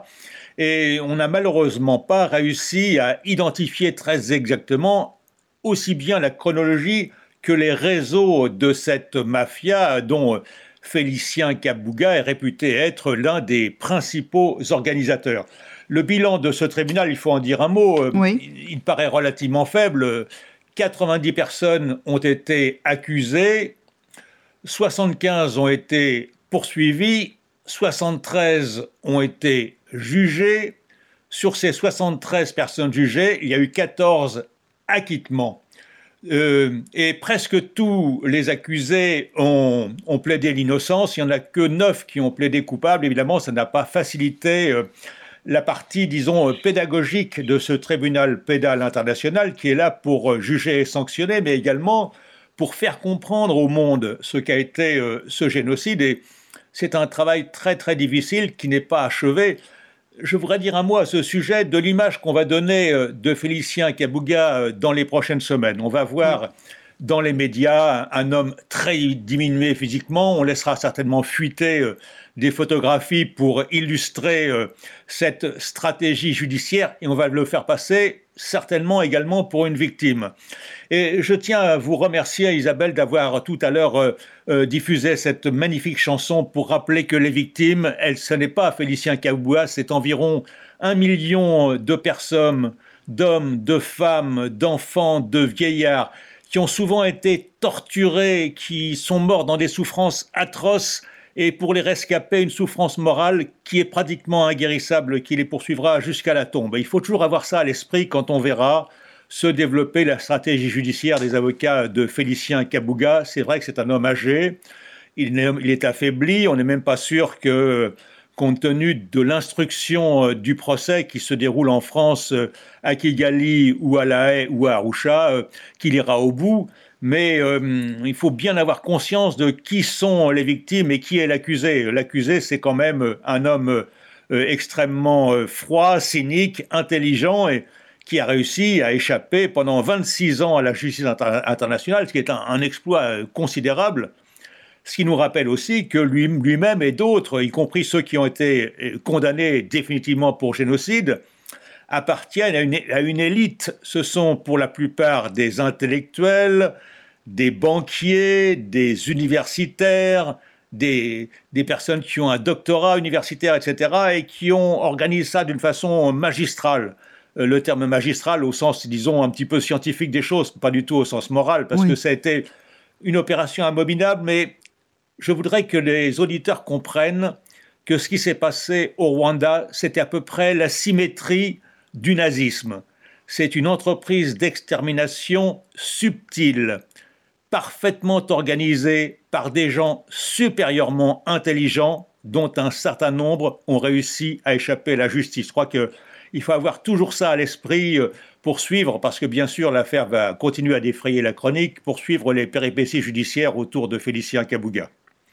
et on n'a malheureusement pas réussi à identifier très exactement aussi bien la chronologie que les réseaux de cette mafia dont Félicien Kabuga est réputé être l'un des principaux organisateurs. Le bilan de ce tribunal, il faut en dire un mot, oui. il, il paraît relativement faible. quatre-vingt-dix personnes ont été accusées, soixante-quinze ont été poursuivies, soixante-treize ont été jugées. Sur ces soixante-treize personnes jugées, il y a eu quatorze acquittements. Euh, et presque tous les accusés ont, ont plaidé l'innocence. Il n'y en a que neuf qui ont plaidé coupable. Évidemment, ça n'a pas facilité euh, la partie, disons, pédagogique de ce tribunal pénal international qui est là pour juger et sanctionner, mais également pour faire comprendre au monde ce qu'a été euh, ce génocide. Et c'est un travail très, très difficile qui n'est pas achevé. Je voudrais dire un mot à ce sujet de l'image qu'on va donner de Félicien Kabuga dans les prochaines semaines. On va voir dans les médias un homme très diminué physiquement. On laissera certainement fuiter des photographies pour illustrer cette stratégie judiciaire et on va le faire passer certainement également pour une victime. Et je tiens à vous remercier, Isabelle, d'avoir tout à l'heure euh, euh, diffusé cette magnifique chanson pour rappeler que les victimes, elles, ce n'est pas Félicien Kabuga, c'est environ un million de personnes, d'hommes, de femmes, d'enfants, de vieillards, qui ont souvent été torturés, qui sont morts dans des souffrances atroces, et pour les rescapés, une souffrance morale qui est pratiquement inguérissable, qui les poursuivra jusqu'à la tombe. Et il faut toujours avoir ça à l'esprit quand on verra se développer la stratégie judiciaire des avocats de Félicien Kabuga. C'est vrai que c'est un homme âgé, il est, il est affaibli, on n'est même pas sûr que, compte tenu de l'instruction du procès qui se déroule en France, à Kigali ou à La Haye ou à Arusha, qu'il ira au bout. Mais euh, il faut bien avoir conscience de qui sont les victimes et qui est l'accusé. L'accusé, c'est quand même un homme euh, extrêmement euh, froid, cynique, intelligent et qui a réussi à échapper pendant vingt-six ans à la justice inter- internationale, ce qui est un, un exploit euh, considérable. Ce qui nous rappelle aussi que lui, lui-même et d'autres, y compris ceux qui ont été condamnés définitivement pour génocide, appartiennent à une, à une élite. Ce sont pour la plupart des intellectuels, des banquiers, des universitaires, des, des personnes qui ont un doctorat universitaire, et cetera, et qui ont organisé ça d'une façon magistrale. Le terme magistral au sens, disons, un petit peu scientifique des choses, pas du tout au sens moral, parce oui. que ça a été une opération abominable, mais je voudrais que les auditeurs comprennent que ce qui s'est passé au Rwanda, c'était à peu près la symétrie du nazisme. C'est une entreprise d'extermination subtile, parfaitement organisée par des gens supérieurement intelligents, dont un certain nombre ont réussi à échapper à la justice. Je crois qu'il faut avoir toujours ça à l'esprit pour suivre, parce que bien sûr l'affaire va continuer à défrayer la chronique, pour suivre les péripéties judiciaires autour de Félicien Kabuga.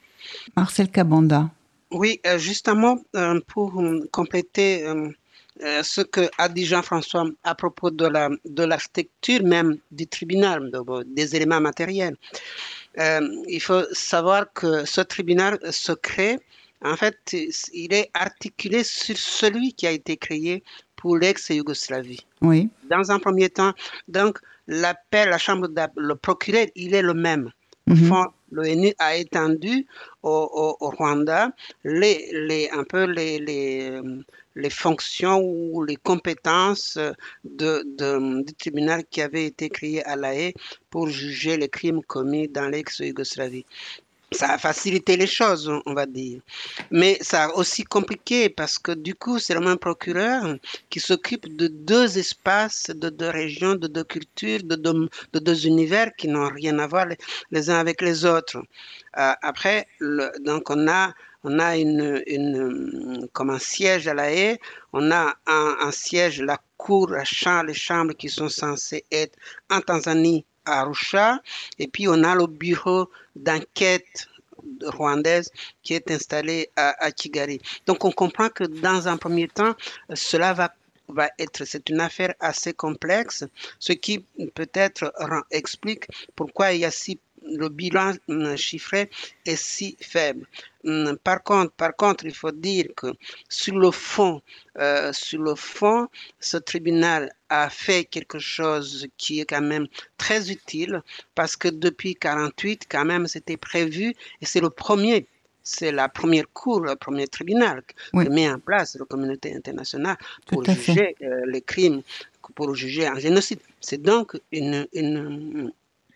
Marcel Kabanda. Oui, euh, justement, euh, pour euh, compléter euh, euh, ce que a dit Jean-François à propos de la, de la structure même du tribunal, de, des éléments matériels, euh, il faut savoir que ce tribunal se crée, en fait, il est articulé sur celui qui a été créé pour l'ex-Yougoslavie. Oui. Dans un premier temps, donc, l'appel, la chambre d'appel, le procureur, il est le même. Au Mm-hmm. fond, l'ONU a étendu au, au, au Rwanda les, les, un peu les, les, les fonctions ou les compétences de, de, du tribunal qui avait été créé à La Haye pour juger les crimes commis dans l'ex-Yougoslavie. Ça a facilité les choses, on va dire. Mais ça a aussi compliqué parce que du coup, c'est le même procureur qui s'occupe de deux espaces, de deux régions, de deux cultures, de deux, de deux univers qui n'ont rien à voir les, les uns avec les autres. Euh, après, le, donc on a, on a une, une, comme un siège à La Haye, on a un, un siège, la cour, la chambre, les chambres qui sont censées être en Tanzanie, à Arusha, et puis on a le bureau d'enquête rwandaise qui est installé à, à Kigali. Donc on comprend que dans un premier temps, cela va, va être, c'est une affaire assez complexe, ce qui peut-être explique pourquoi il y a si le bilan chiffré est si faible. Par contre, par contre, il faut dire que sur le fond, euh, sur le fond, ce tribunal a fait quelque chose qui est quand même très utile parce que depuis quarante-huit, quand même, c'était prévu et c'est le premier. C'est la première cour, le premier tribunal oui. que met en place la communauté internationale pour juger euh, les crimes, pour juger un génocide. C'est donc une, une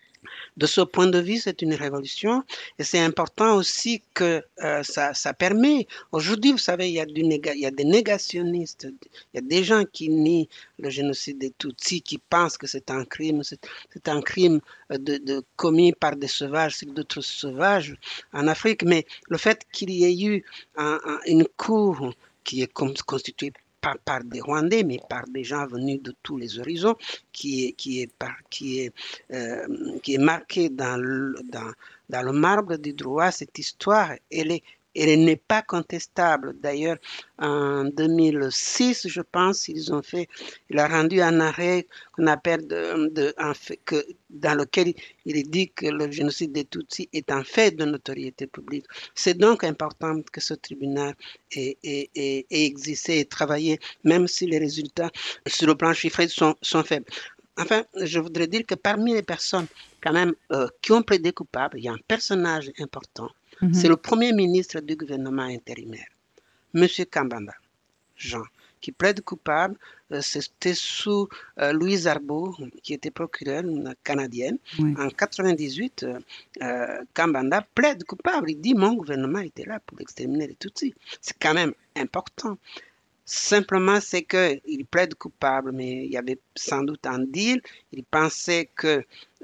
de ce point de vue, c'est une révolution et c'est important aussi que euh, ça, ça permet. Aujourd'hui, vous savez, il y, a du néga, il y a des négationnistes, il y a des gens qui nient le génocide des Tutsis, qui pensent que c'est un crime, c'est un crime de, de, commis par des sauvages sur d'autres sauvages en Afrique. Mais le fait qu'il y ait eu un, un, une cour qui est constituée pas par des Rwandais, mais par des gens venus de tous les horizons, qui est, qui est, par, qui est, euh, qui est marqué dans le, dans, dans le marbre du droit. Cette histoire, elle est elle n'est pas contestable. D'ailleurs, en deux mille six, je pense, ils ont fait, il a rendu un arrêt qu'on appelle de, de, un fait, que, dans lequel il dit que le génocide des Tutsis est un fait de notoriété publique. C'est donc important que ce tribunal ait, ait, ait, ait existé et travaillé, même si les résultats sur le plan chiffré sont, sont faibles. Enfin, je voudrais dire que parmi les personnes quand même euh, qui ont plaidé coupable, il y a un personnage important. Mm-hmm. C'est le premier ministre du gouvernement intérimaire, M. Kambanda, Jean, qui plaide coupable. Euh, C'était sous euh, Louise Arbour, qui était procureure canadienne. Oui. En quatre-vingt-dix-huit, euh, Kambanda plaide coupable. Il dit « Mon gouvernement était là pour exterminer les Tutsis ». C'est quand même important. Simplement, c'est qu'il plaide coupable, mais il y avait sans doute un deal. Il pensait qu'en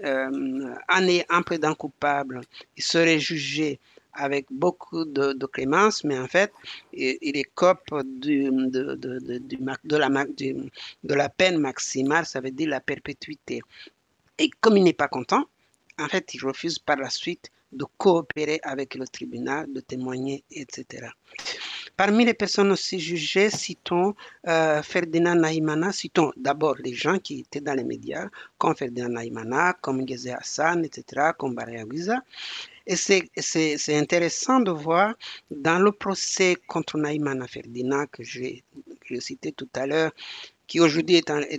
euh, en plaidant coupable, il serait jugé avec beaucoup de, de clémence, mais en fait, il, il écope du, de, de, de, du, de, la, du, de la peine maximale, ça veut dire la perpétuité. Et comme il n'est pas content, en fait, il refuse par la suite de coopérer avec le tribunal, de témoigner, et cetera. Parmi les personnes aussi jugées, citons euh, Ferdinand Nahimana, citons d'abord les gens qui étaient dans les médias, comme Ferdinand Nahimana, comme Ngeze Hassan, et cetera, comme Baraya Gwiza. Et c'est intéressant de voir dans le procès contre Nahimana Ferdinand que j'ai cité tout à l'heure, qui aujourd'hui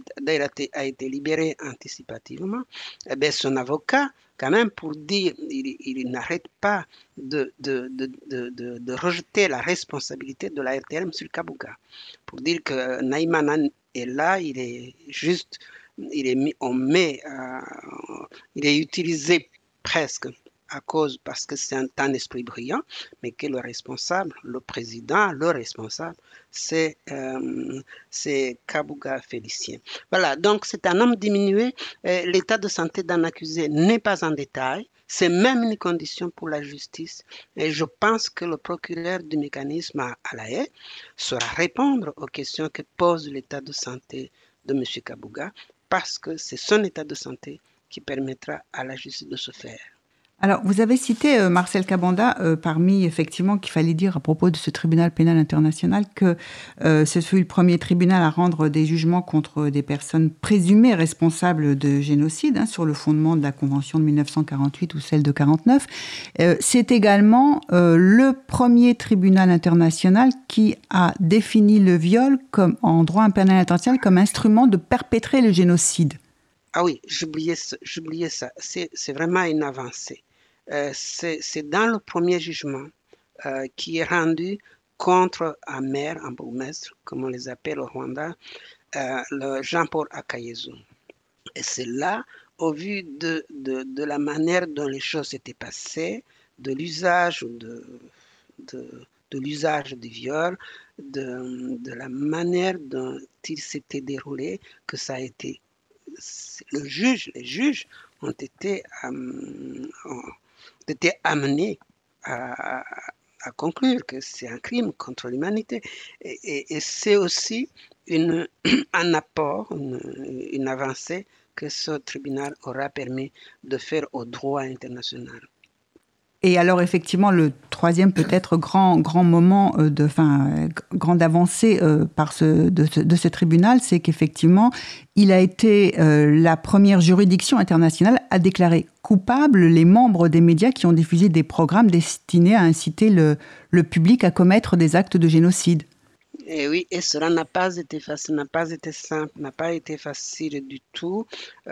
a été libéré anticipativement, eh bien, son avocat, quand même, pour dire, il, il n'arrête pas de, de, de, de, de rejeter la responsabilité de la R T L sur Kabuga, pour dire que Nahimana est là, il est juste, il est mis, on met, euh, il est utilisé presque à cause, parce que c'est un, un esprit brillant, mais que le responsable, le président, le responsable, c'est euh, Kabuga Félicien. Voilà, donc c'est un homme diminué. Euh, L'état de santé d'un accusé n'est pas en détail. C'est même une condition pour la justice. Et je pense que le procureur du mécanisme à, à La Haye saura répondre aux questions que pose l'état de santé de M. Kabuga, parce que c'est son état de santé qui permettra à la justice de se faire. Alors, vous avez cité euh, Marcel Kabanda euh, parmi, effectivement, qu'il fallait dire à propos de ce tribunal pénal international que euh, ce fut le premier tribunal à rendre des jugements contre des personnes présumées responsables de génocide, hein, sur le fondement de la Convention de mille neuf cent quarante-huit ou celle de quarante-neuf. Euh, C'est également euh, le premier tribunal international qui a défini le viol comme, en droit pénal international comme instrument de perpétrer le génocide. Ah oui, j'oubliais ça. C'est vraiment une avancée. Euh, c'est dans le premier jugement euh, qui est rendu contre un maire, un bourgmestre, comme on les appelle au Rwanda, euh, le Jean-Paul Akayezu. Et c'est là, au vu de, de, de la manière dont les choses s'étaient passées, de l'usage de, de, de l'usage du viol, de, de la manière dont il s'était déroulé, que ça a été le juge, les juges ont été, euh, ont été amenés à, à, à conclure que c'est un crime contre l'humanité. Et, et, et c'est aussi une, un apport, une, une avancée que ce tribunal aura permis de faire au droit international. Et alors, effectivement, le troisième, peut-être, grand, grand moment, de, enfin, grande avancée euh, par ce, de, ce, de ce tribunal, c'est qu'effectivement, il a été euh, la première juridiction internationale à déclarer coupables les membres des médias qui ont diffusé des programmes destinés à inciter le, le public à commettre des actes de génocide. Et oui, et cela n'a pas été facile, n'a pas été simple, n'a pas été facile du tout.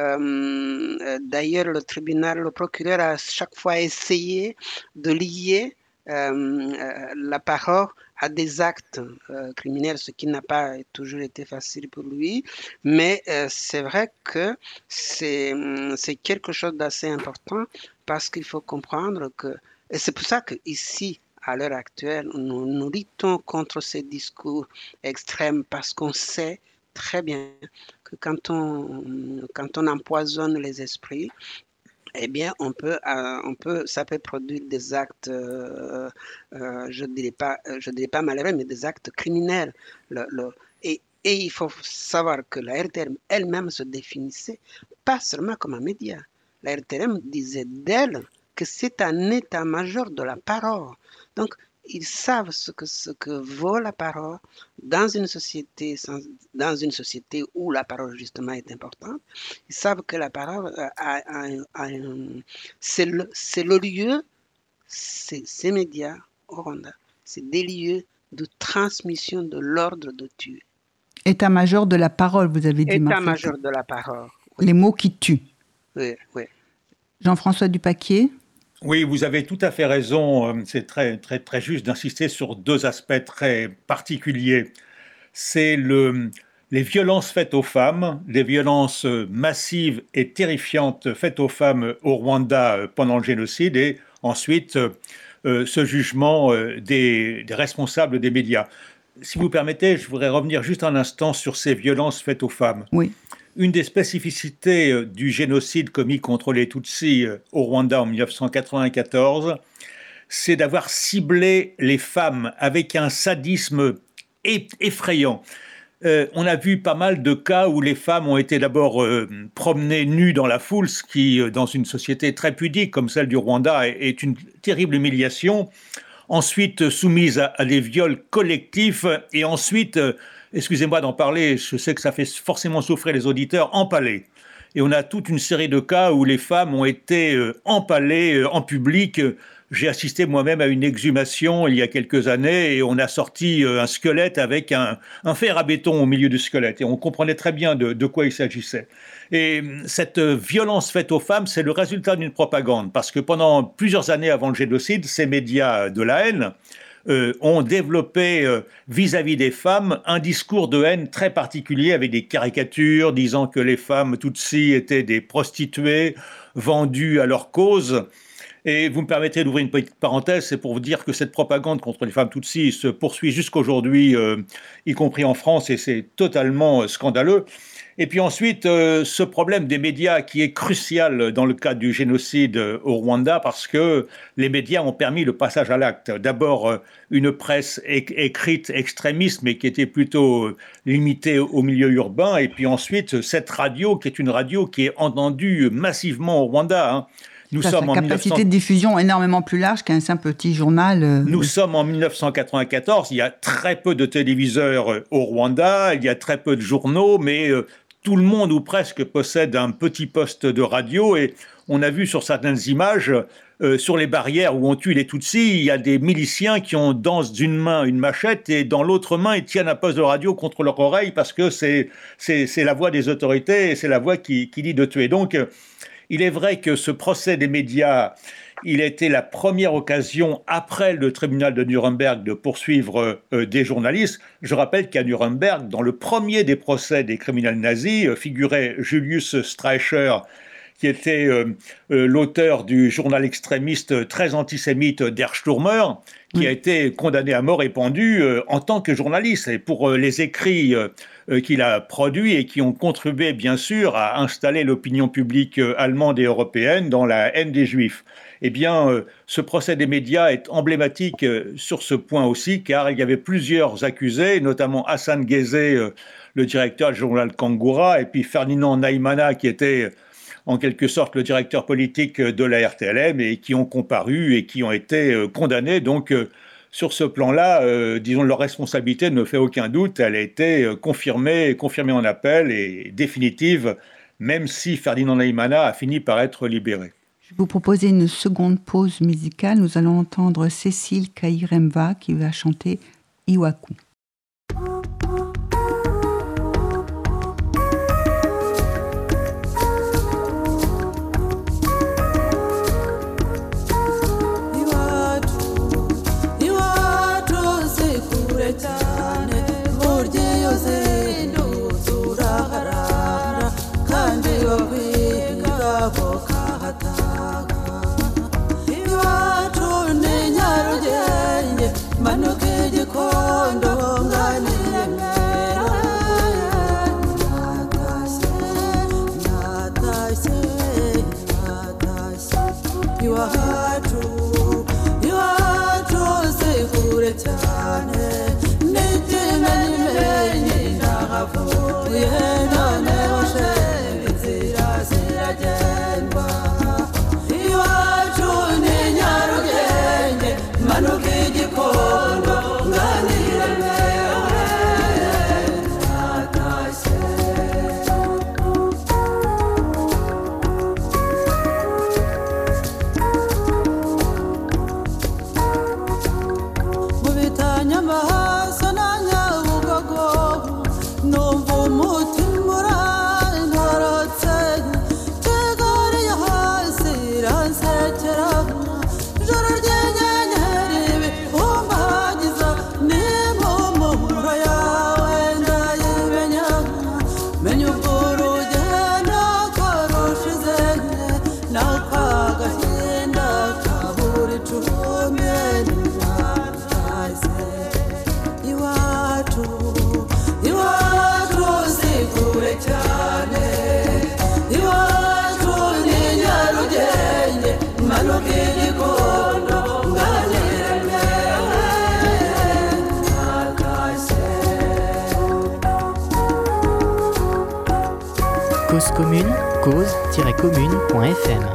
Euh, d'ailleurs, le tribunal, le procureur a chaque fois essayé de lier euh, la parole à des actes euh, criminels, ce qui n'a pas toujours été facile pour lui. Mais euh, c'est vrai que c'est, c'est quelque chose d'assez important parce qu'il faut comprendre que, et c'est pour ça qu'ici, à l'heure actuelle, nous, nous luttons contre ces discours extrêmes parce qu'on sait très bien que quand on, quand on empoisonne les esprits, eh bien, on peut, euh, on peut, ça peut produire des actes, euh, euh, je ne dirais pas, je dirais pas malheureux, mais des actes criminels. Le, le, et, et il faut savoir que la R T M elle-même se définissait pas seulement comme un média. La R T M disait d'elle que c'est un état-major de la parole. Donc, ils savent ce que, ce que vaut la parole dans une société, sans, dans une société où la parole justement est importante. Ils savent que la parole a, a, a, a c'est, le, c'est le lieu, c'est, ces médias au Rwanda, c'est des lieux de transmission de l'ordre de tuer. État-major de la parole, vous avez dit. État-major de la parole. Oui. Les mots qui tuent. Oui, oui. Jean-François Dupaquier. Oui, vous avez tout à fait raison. C'est très, très, très juste d'insister sur deux aspects très particuliers. C'est le, les violences faites aux femmes, les violences massives et terrifiantes faites aux femmes au Rwanda pendant le génocide, et ensuite euh, ce jugement des, des responsables des médias. Si vous permettez, je voudrais revenir juste un instant sur ces violences faites aux femmes. Oui. Une des spécificités du génocide commis contre les Tutsis au Rwanda en dix-neuf cent quatre-vingt-quatorze, c'est d'avoir ciblé les femmes avec un sadisme effrayant. Euh, on a vu pas mal de cas où les femmes ont été d'abord euh, promenées nues dans la foule, ce qui, dans une société très pudique comme celle du Rwanda, est, est une terrible humiliation. Ensuite, soumises à, à des viols collectifs, et ensuite... Euh, excusez-moi d'en parler, je sais que ça fait forcément souffrir les auditeurs, empalés. Et on a toute une série de cas où les femmes ont été euh, empalées euh, en public. J'ai assisté moi-même à une exhumation il y a quelques années et on a sorti euh, un squelette avec un, un fer à béton au milieu du squelette. Et on comprenait très bien de, de quoi il s'agissait. Et cette violence faite aux femmes, c'est le résultat d'une propagande. Parce que pendant plusieurs années avant le génocide, ces médias de la haine Euh, ont développé euh, vis-à-vis des femmes un discours de haine très particulier avec des caricatures disant que les femmes Tutsis étaient des prostituées vendues à leur cause. Et vous me permettrez d'ouvrir une petite parenthèse, c'est pour vous dire que cette propagande contre les femmes Tutsis se poursuit jusqu'aujourd'hui, euh, y compris en France, et c'est totalement scandaleux. Et puis ensuite, euh, ce problème des médias qui est crucial dans le cas du génocide au Rwanda parce que les médias ont permis le passage à l'acte. D'abord, euh, une presse é- écrite extrémiste, mais qui était plutôt euh, limitée au milieu urbain. Et puis ensuite, cette radio, qui est une radio qui est entendue massivement au Rwanda, hein. Nous Ça, sommes sa en capacité mille neuf cents... de diffusion énormément plus large qu'un simple petit journal. Euh... Nous sommes en dix-neuf cent quatre-vingt-quatorze, il y a très peu de téléviseurs au Rwanda, il y a très peu de journaux, mais euh, tout le monde ou presque possède un petit poste de radio et on a vu sur certaines images, euh, sur les barrières où on tue les Tutsis, il y a des miliciens qui ont dans une main une machette et dans l'autre main ils tiennent un poste de radio contre leur oreille parce que c'est, c'est, c'est la voix des autorités et c'est la voix qui, qui dit de tuer. Donc euh, il est vrai que ce procès des médias, il a été la première occasion, après le tribunal de Nuremberg, de poursuivre euh, des journalistes. Je rappelle qu'à Nuremberg, dans le premier des procès des criminels nazis, euh, figurait Julius Streicher, qui était euh, euh, l'auteur du journal extrémiste très antisémite Der Stürmer, qui a été condamné à mort et pendu euh, en tant que journaliste. Et pour euh, les écrits euh, euh, qu'il a produits et qui ont contribué, bien sûr, à installer l'opinion publique euh, allemande et européenne dans la haine des Juifs. Eh bien, euh, ce procès des médias est emblématique euh, sur ce point aussi, car il y avait plusieurs accusés, notamment Hassan Ghezé, euh, le directeur du journal Kangura, et puis Ferdinand Naimana, qui était en quelque sorte le directeur politique de la R T L M et qui ont comparu et qui ont été euh, condamnés. Donc euh, sur ce plan-là, euh, disons, leur responsabilité ne fait aucun doute. Elle a été euh, confirmée, confirmée en appel et définitive, même si Ferdinand Naïmana a fini par être libéré. Je vais vous proposer une seconde pause musicale. Nous allons entendre Cécile Kairemva qui va chanter Iwaku. Cause commune, cause tiret commune point f m.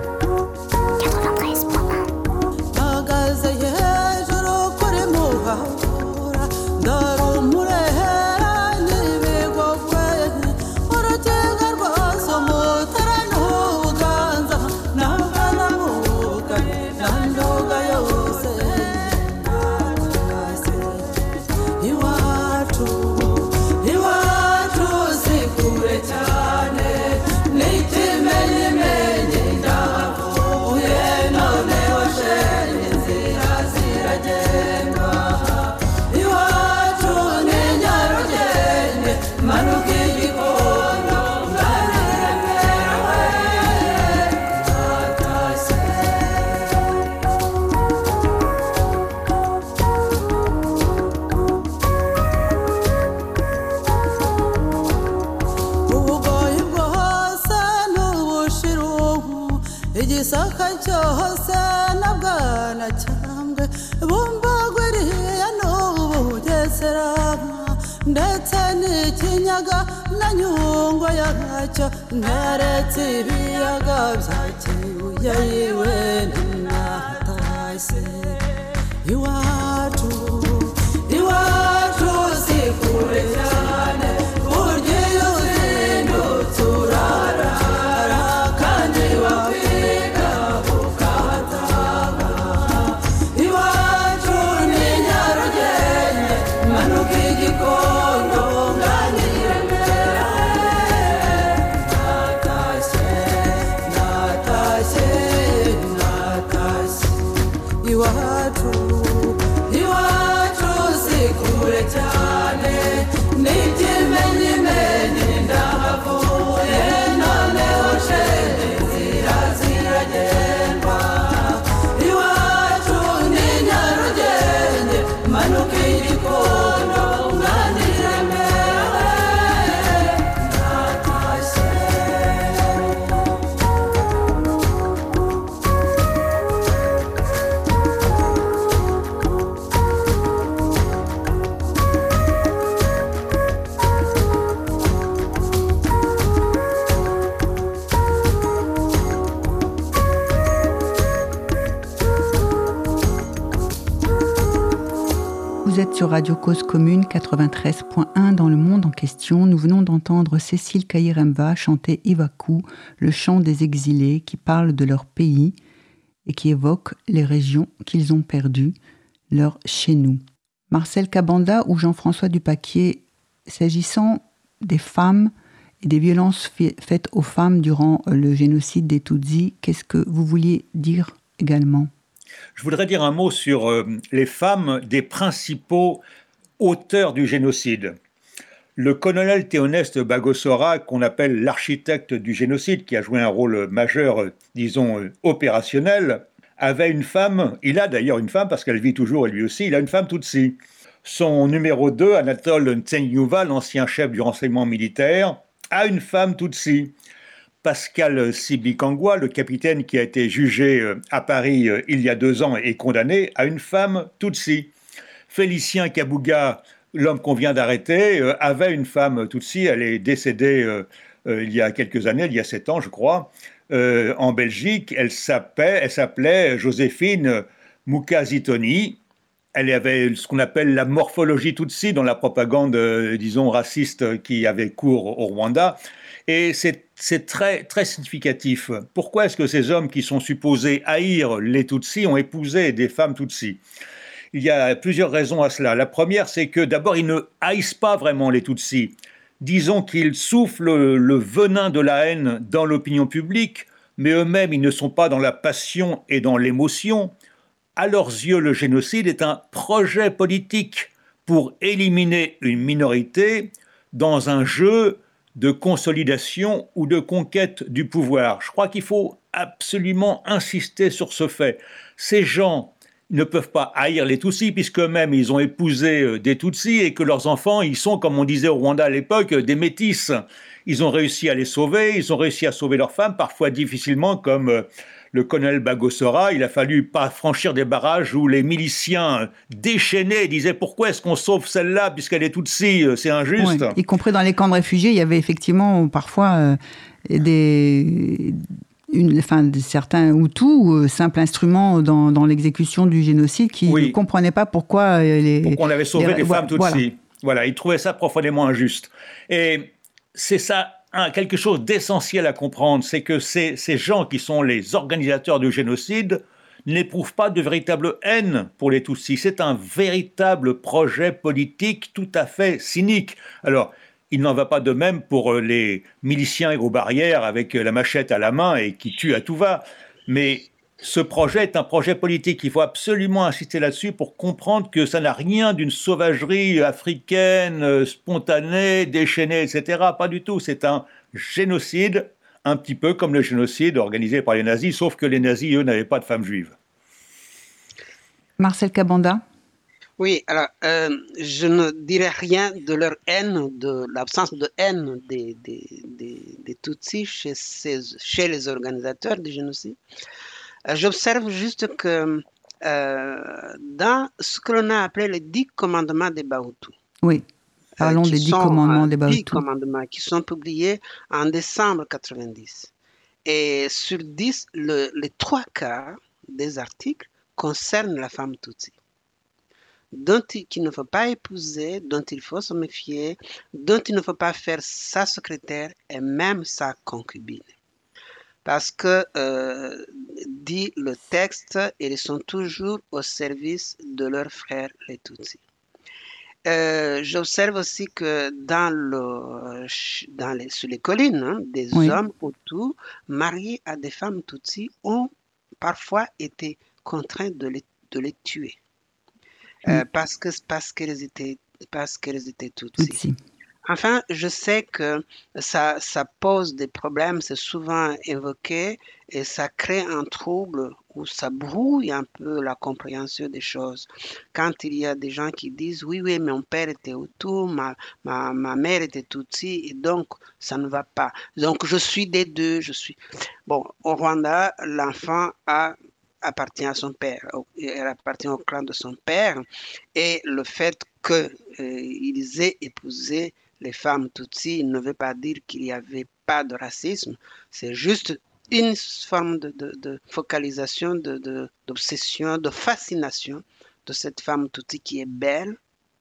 ntaretse ibiyaga byakibuye yiwe ninatashye iwacu iwacu si kure cyane burya iyo uzindutse urarara kandi wakwiga ukahataha iwacu ni Nyarugenge manuka igikondo iwacu iwacu si kure cyane n'ikimenyimenyi ndahavuye noneho shenge inzira ziragendwa iwacu ni Nyarugenge manuka igikondo nganire mewe natashye sur Radio Cause Commune quatre-vingt-treize point un dans le monde en question. Nous venons d'entendre Cécile Kayiremba chanter Iwaku, le chant des exilés qui parle de leur pays et qui évoque les régions qu'ils ont perdues, leur chez nous. Marcel Kabanda ou Jean-François Dupaquier, s'agissant des femmes et des violences faites aux femmes durant le génocide des Tutsis, qu'est-ce que vous vouliez dire également ? Je voudrais dire un mot sur euh, les femmes des principaux auteurs du génocide. Le colonel Théoneste Bagosora, qu'on appelle l'architecte du génocide, qui a joué un rôle majeur, euh, disons, euh, opérationnel, avait une femme, il a d'ailleurs une femme, parce qu'elle vit toujours, et lui aussi, il a une femme Tutsi. Son numéro deux, Anatole Ntsenyuva, l'ancien chef du renseignement militaire, a une femme Tutsi. Pascal Sibikangwa, le capitaine qui a été jugé à Paris il y a deux ans et condamné, a une femme Tutsi. Félicien Kabuga, l'homme qu'on vient d'arrêter, avait une femme Tutsi. Elle est décédée euh, euh, il y a quelques années, il y a sept ans je crois, euh, en Belgique. Elle s'appelait, elle s'appelait Joséphine Mukazitoni. Elle avait ce qu'on appelle la morphologie Tutsi dans la propagande, euh, disons, raciste qui avait cours au Rwanda. Et c'est, c'est très, très significatif. Pourquoi est-ce que ces hommes qui sont supposés haïr les Tutsis ont épousé des femmes Tutsis ? Il y a plusieurs raisons à cela. La première, c'est que d'abord, ils ne haïssent pas vraiment les Tutsis. Disons qu'ils soufflent le, le venin de la haine dans l'opinion publique, mais eux-mêmes, ils ne sont pas dans la passion et dans l'émotion. À leurs yeux, le génocide est un projet politique pour éliminer une minorité dans un jeu de consolidation ou de conquête du pouvoir. Je crois qu'il faut absolument insister sur ce fait. Ces gens ne peuvent pas haïr les Tutsis, puisqu'eux-mêmes, ils ont épousé des Tutsis et que leurs enfants, ils sont, comme on disait au Rwanda à l'époque, des métis. Ils ont réussi à les sauver, ils ont réussi à sauver leurs femmes, parfois difficilement, comme le colonel Bagosora. Il a fallu pas franchir des barrages où les miliciens déchaînés disaient « Pourquoi est-ce qu'on sauve celle-là puisqu'elle est Tutsi ? C'est injuste. » Ouais, y compris dans les camps de réfugiés, il y avait effectivement parfois euh, des... Une, enfin, certains Hutus, euh, simples instruments dans, dans l'exécution du génocide, qui oui. ne comprenaient pas pourquoi... Euh, les, pourquoi on avait sauvé les, des voilà, femmes Tutsi. Voilà. voilà, ils trouvaient ça profondément injuste. Et c'est ça, un, quelque chose d'essentiel à comprendre, c'est que ces, ces gens qui sont les organisateurs du génocide n'éprouvent pas de véritable haine pour les Tutsis. C'est un véritable projet politique tout à fait cynique. Alors, il n'en va pas de même pour les miliciens aux barrières avec la machette à la main et qui tuent à tout va. Mais ce projet est un projet politique. Il faut absolument insister là-dessus pour comprendre que ça n'a rien d'une sauvagerie africaine, spontanée, déchaînée, et cetera. Pas du tout. C'est un génocide, un petit peu comme le génocide organisé par les nazis, sauf que les nazis, eux, n'avaient pas de femmes juives. Marcel Kabanda ? Oui, alors, euh, je ne dirais rien de leur haine, de l'absence de haine des, des, des, des Tutsis chez, ces, chez les organisateurs du génocide. Euh, j'observe juste que euh, dans ce que l'on a appelé les dix commandements des Bahutus. Oui, parlons euh, des dix sont, commandements des Bahutus. dix commandements qui sont publiés en décembre quatre-vingt-dix. Et sur dix, le, les trois quarts des articles concernent la femme Tutsi, dont il, qu'il ne faut pas épouser, dont il faut se méfier, dont il ne faut pas faire sa secrétaire et même sa concubine. Parce que, euh, dit le texte, ils sont toujours au service de leurs frères les Tutsis. Euh, j'observe aussi que dans le, dans les, sur les collines, hein, des oui. hommes Hutus mariés à des femmes Tutsis ont parfois été contraints de les, de les tuer. Euh, parce que parce qu'elles étaient parce qu'elles étaient Tutsis. Tutsi. Enfin, je sais que ça ça pose des problèmes, c'est souvent évoqué et ça crée un trouble ou ça brouille un peu la compréhension des choses. Quand il y a des gens qui disent oui oui, mon père était Hutu, ma ma ma mère était Tutsi et donc ça ne va pas. Donc je suis des deux, je suis bon. Au Rwanda, l'enfant a appartient à son père, elle appartient au clan de son père, et le fait qu'ils euh, aient épousé les femmes Tutsis ne veut pas dire qu'il n'y avait pas de racisme, c'est juste une forme de, de, de focalisation, de, de, d'obsession, de fascination de cette femme Tutsi qui est belle,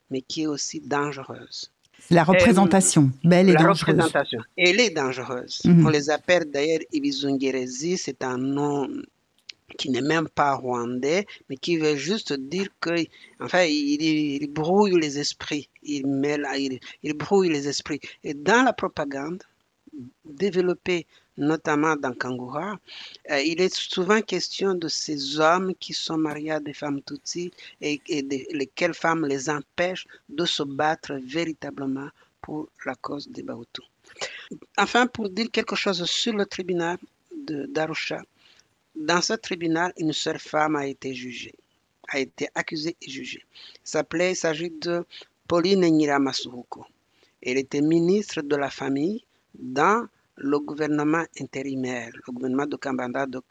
mais qui est aussi dangereuse. La représentation, Et, belle et la dangereuse. La représentation, elle est dangereuse. Mm-hmm. On les appelle d'ailleurs Ibizungerezi, c'est un nom qui n'est même pas rwandais, mais qui veut juste dire que, enfin, il, il brouille les esprits, il, mêle, il, il brouille les esprits. Et dans la propagande développée notamment dans Kangourou, euh, il est souvent question de ces hommes qui sont mariés à des femmes Tutsis et, et de, lesquelles femmes les empêchent de se battre véritablement pour la cause des Bahutus. Enfin, pour dire quelque chose sur le tribunal d'Arusha, dans ce tribunal, une seule femme a été jugée, a été accusée et jugée. Il s'agit de Pauline Nyiramasuhuko. Elle était ministre de la famille dans le gouvernement intérimaire, le gouvernement de Kambanda de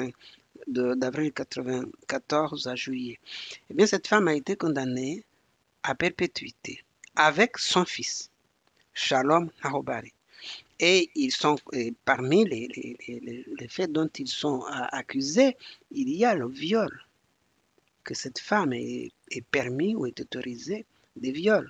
d'avril quatre-vingt-quatorze à juillet. Eh bien, cette femme a été condamnée à perpétuité avec son fils, Shalom Nahobari. Et ils sont, et parmi les, les, les, les faits dont ils sont accusés, il y a le viol. Que cette femme est, est permis ou est autorisée des viols,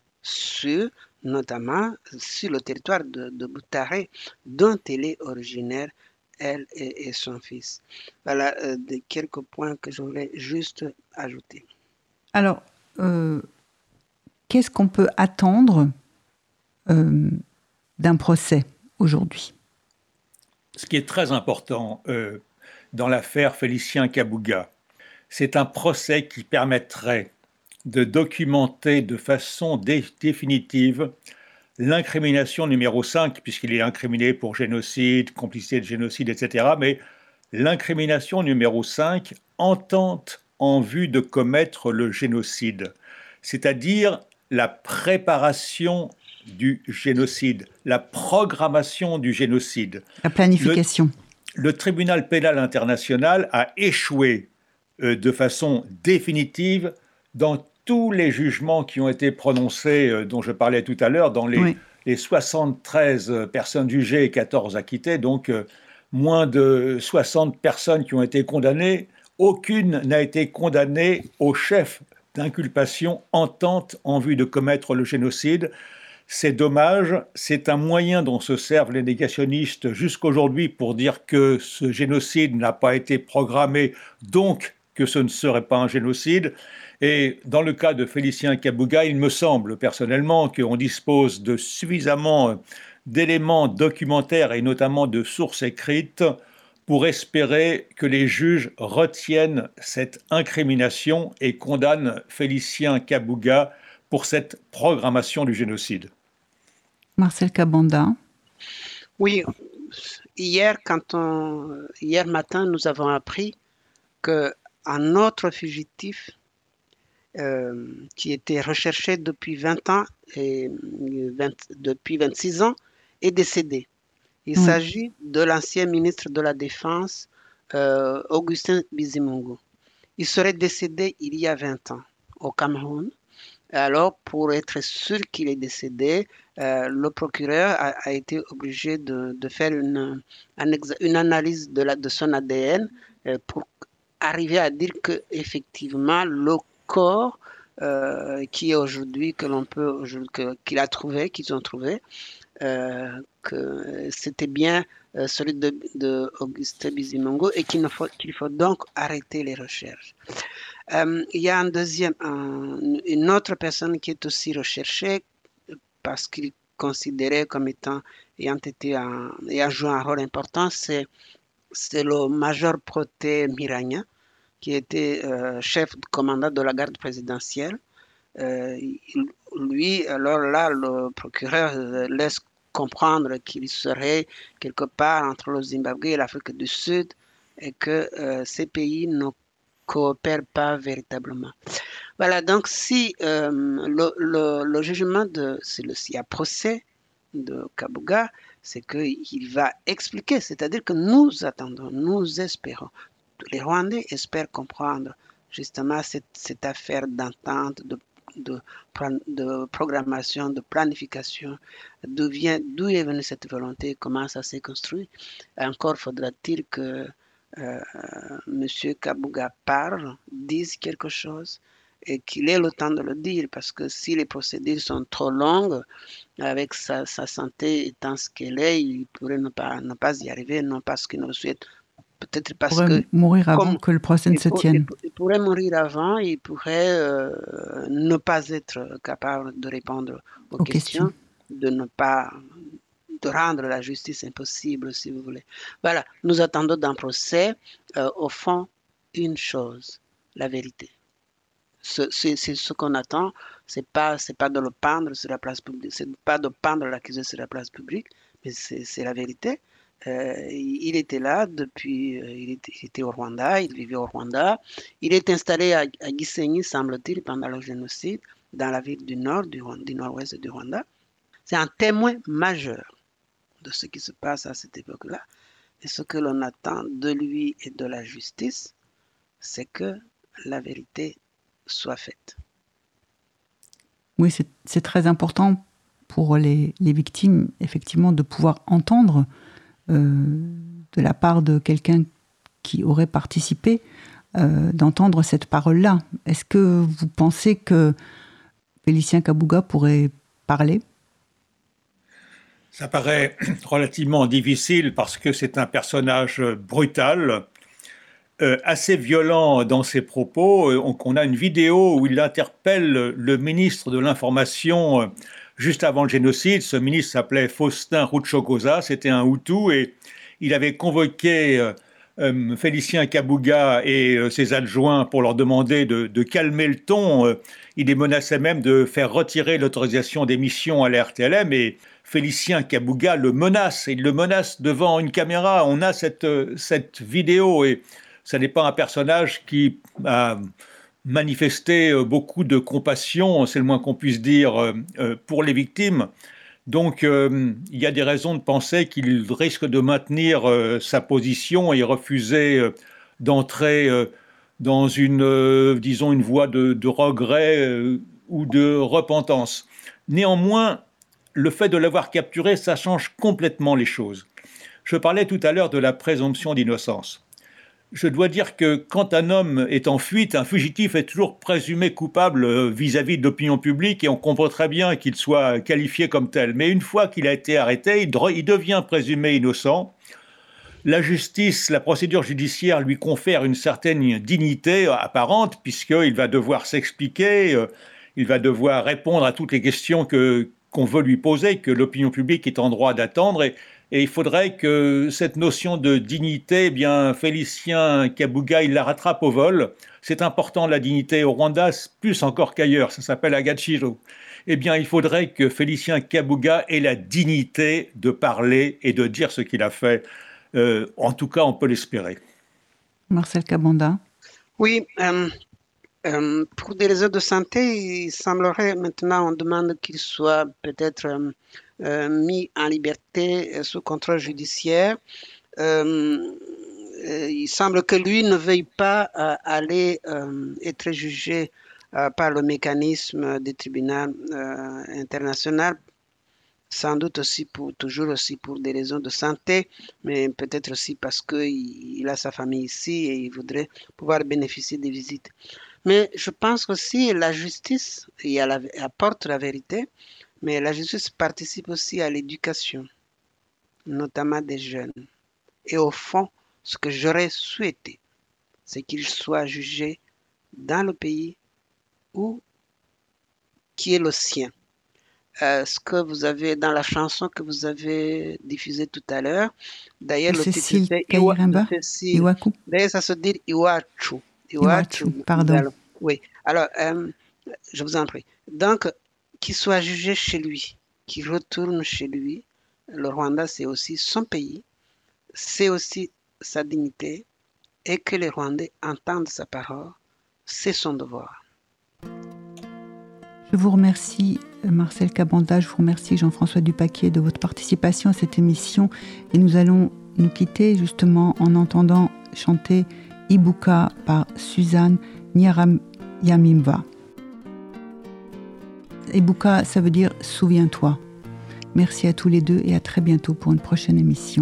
sur, notamment sur le territoire de, de Boutaré, dont elle est originaire, elle et, et son fils. Voilà euh, de quelques points que je voulais juste ajouter. Alors, euh, qu'est-ce qu'on peut attendre euh, d'un procès aujourd'hui? Ce qui est très important euh, dans l'affaire Félicien Kabuga, c'est un procès qui permettrait de documenter de façon dé- définitive l'incrimination numéro cinq, puisqu'il est incriminé pour génocide, complicité de génocide, et cetera, mais l'incrimination numéro cinq, entente en vue de commettre le génocide, c'est-à-dire la préparation du génocide, la programmation du génocide. La planification. Le, le tribunal pénal international a échoué euh, de façon définitive dans tous les jugements qui ont été prononcés, euh, dont je parlais tout à l'heure, dans les, oui. les soixante-treize personnes jugées et quatorze acquittées, donc euh, moins de soixante personnes qui ont été condamnées, aucune n'a été condamnée au chef d'inculpation entente en vue de commettre le génocide. C'est dommage, c'est un moyen dont se servent les négationnistes jusqu'aujourd'hui pour dire que ce génocide n'a pas été programmé, donc que ce ne serait pas un génocide. Et dans le cas de Félicien Kabuga, il me semble personnellement qu'on dispose de suffisamment d'éléments documentaires et notamment de sources écrites pour espérer que les juges retiennent cette incrimination et condamnent Félicien Kabuga pour cette programmation du génocide. Marcel Kabanda. Oui, hier, quand on, hier matin, nous avons appris qu'un autre fugitif euh, qui était recherché depuis vingt ans et vingt, depuis vingt-six ans est décédé. Il oui. s'agit de l'ancien ministre de la Défense, euh, Augustin Bizimungu. Il serait décédé il y a vingt ans au Cameroun. Alors, pour être sûr qu'il est décédé, euh, le procureur a, a été obligé de, de faire une, une analyse de, la, de son A D N euh, pour arriver à dire qu'effectivement, le corps euh, qui est aujourd'hui, que l'on peut, que, qu'il a trouvé, qu'ils ont trouvé, euh, que c'était bien euh, celui de, de Augustin Bizimungu et qu'il, faut, qu'il faut donc arrêter les recherches. Euh, il y a un deuxième, un, une autre personne qui est aussi recherchée parce qu'il est considéré comme étant, ayant, été un, ayant joué un rôle important, c'est, c'est le major Proté Miragna, qui était euh, chef de commandant de la garde présidentielle. Euh, il, lui, alors là, le procureur laisse comprendre qu'il serait quelque part entre le Zimbabwe et l'Afrique du Sud et que euh, ces pays ne coopèrent pas véritablement. Voilà, donc si euh, le, le, le jugement de, s'il y a procès de Kabuga, c'est qu'il va expliquer, c'est-à-dire que nous attendons, nous espérons, les Rwandais espèrent comprendre justement cette, cette affaire d'entente, de, de, de programmation, de planification, d'où vient, d'où est venue cette volonté, comment ça s'est construit. Encore faudra-t-il que Euh, Monsieur Kabuga parle, dise quelque chose et qu'il ait le temps de le dire, parce que si les procédures sont trop longues, avec sa, sa santé étant ce qu'elle est, il pourrait ne pas, ne pas y arriver, non pas ce qu'il nous le souhaite. Peut-être parce il pourrait que... mourir avant comme, que le procès ne se pour, tienne. Il, il pourrait mourir avant, il pourrait euh, ne pas être capable de répondre aux, aux questions, questions, de ne pas... de rendre la justice impossible, si vous voulez. Voilà, nous attendons d'un procès, euh, au fond, une chose, la vérité. C'est ce qu'on attend, c'est pas, c'est pas de le pendre sur la place publique, c'est pas de pendre l'accusé sur la place publique, mais c'est la vérité. Euh, il était là depuis, euh, il, était, il était au Rwanda, il vivait au Rwanda, il est installé à, à Gisenyi, semble-t-il, pendant le génocide, dans la ville du nord, du, du nord-ouest du Rwanda. C'est un témoin majeur de ce qui se passe à cette époque-là. Et ce que l'on attend de lui et de la justice, c'est que la vérité soit faite. Oui, c'est très important pour les, les victimes, effectivement, de pouvoir entendre euh, de la part de quelqu'un qui aurait participé, euh, d'entendre cette parole-là. Est-ce que vous pensez que Félicien Kabuga pourrait parler ? Ça paraît relativement difficile parce que c'est un personnage brutal, euh, assez violent dans ses propos. On, on a une vidéo où il interpelle le ministre de l'Information euh, juste avant le génocide. Ce ministre s'appelait Faustin Rutshokoza, c'était un Hutu, et il avait convoqué euh, euh, Félicien Kabuga et euh, ses adjoints pour leur demander de, de calmer le ton. Euh, il les menaçait même de faire retirer l'autorisation d'émission à la R T L M, et Félicien Kabuga le menace, il le menace devant une caméra. On a cette, cette vidéo, et ce n'est pas un personnage qui a manifesté beaucoup de compassion, c'est le moins qu'on puisse dire, pour les victimes. Donc euh, il y a des raisons de penser qu'il risque de maintenir euh, sa position et refuser euh, d'entrer euh, dans une, euh, disons, une voie de, de regret euh, ou de repentance. Néanmoins, le fait de l'avoir capturé, ça change complètement les choses. Je parlais tout à l'heure de la présomption d'innocence. Je dois dire que quand un homme est en fuite, un fugitif est toujours présumé coupable vis-à-vis de l'opinion publique, et on comprend très bien qu'il soit qualifié comme tel. Mais une fois qu'il a été arrêté, il devient présumé innocent. La justice, la procédure judiciaire lui confère une certaine dignité apparente, puisqu'il va devoir s'expliquer, il va devoir répondre à toutes les questions que qu'on veut lui poser, que l'opinion publique est en droit d'attendre, et, et il faudrait que cette notion de dignité, eh bien, Félicien Kabuga, il la rattrape au vol. C'est important, la dignité au Rwanda, plus encore qu'ailleurs, ça s'appelle Agaciro. Eh bien, il faudrait que Félicien Kabuga ait la dignité de parler et de dire ce qu'il a fait. Euh, en tout cas, on peut l'espérer. Marcel Kabanda. Oui, euh... Euh, pour des raisons de santé, il semblerait maintenant, on demande qu'il soit peut-être euh, euh, mis en liberté euh, sous contrôle judiciaire. Euh, euh, il semble que lui ne veuille pas euh, aller euh, être jugé euh, par le mécanisme des tribunaux euh, internationaux, sans doute aussi pour, toujours aussi pour des raisons de santé, mais peut-être aussi parce qu'il il a sa famille ici et il voudrait pouvoir bénéficier des visites. Mais je pense aussi la justice et à la, apporte la vérité, mais la justice participe aussi à l'éducation, notamment des jeunes. Et au fond, ce que j'aurais souhaité, c'est qu'ils soient jugés dans le pays où qui est le sien. Euh, ce que vous avez dans la chanson que vous avez diffusée tout à l'heure, d'ailleurs le titre c'est Iwaku. D'ailleurs ça se dit Iwachu. Iwachu, pardon. Alors, oui, alors, euh, je vous en prie. Donc, qu'il soit jugé chez lui, qu'il retourne chez lui. Le Rwanda, c'est aussi son pays, c'est aussi sa dignité, et que les Rwandais entendent sa parole, c'est son devoir. Je vous remercie, Marcel Kabanda, je vous remercie, Jean-François Dupaquier, de votre participation à cette émission. Et nous allons nous quitter justement en entendant chanter Ibuka par Suzanne Nyirayamimva. Ibuka, ça veut dire « Souviens-toi ». Merci à tous les deux et à très bientôt pour une prochaine émission.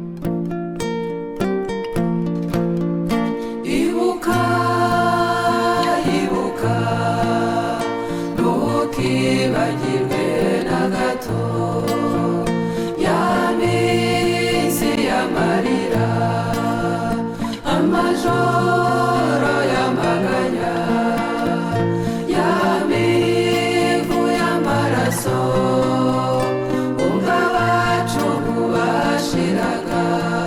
Ibuka ntukibagirwe na gato ya minsi y'amarira amajoro y'amaganya ya mivu y'amaraso ubwo abacu bashiraga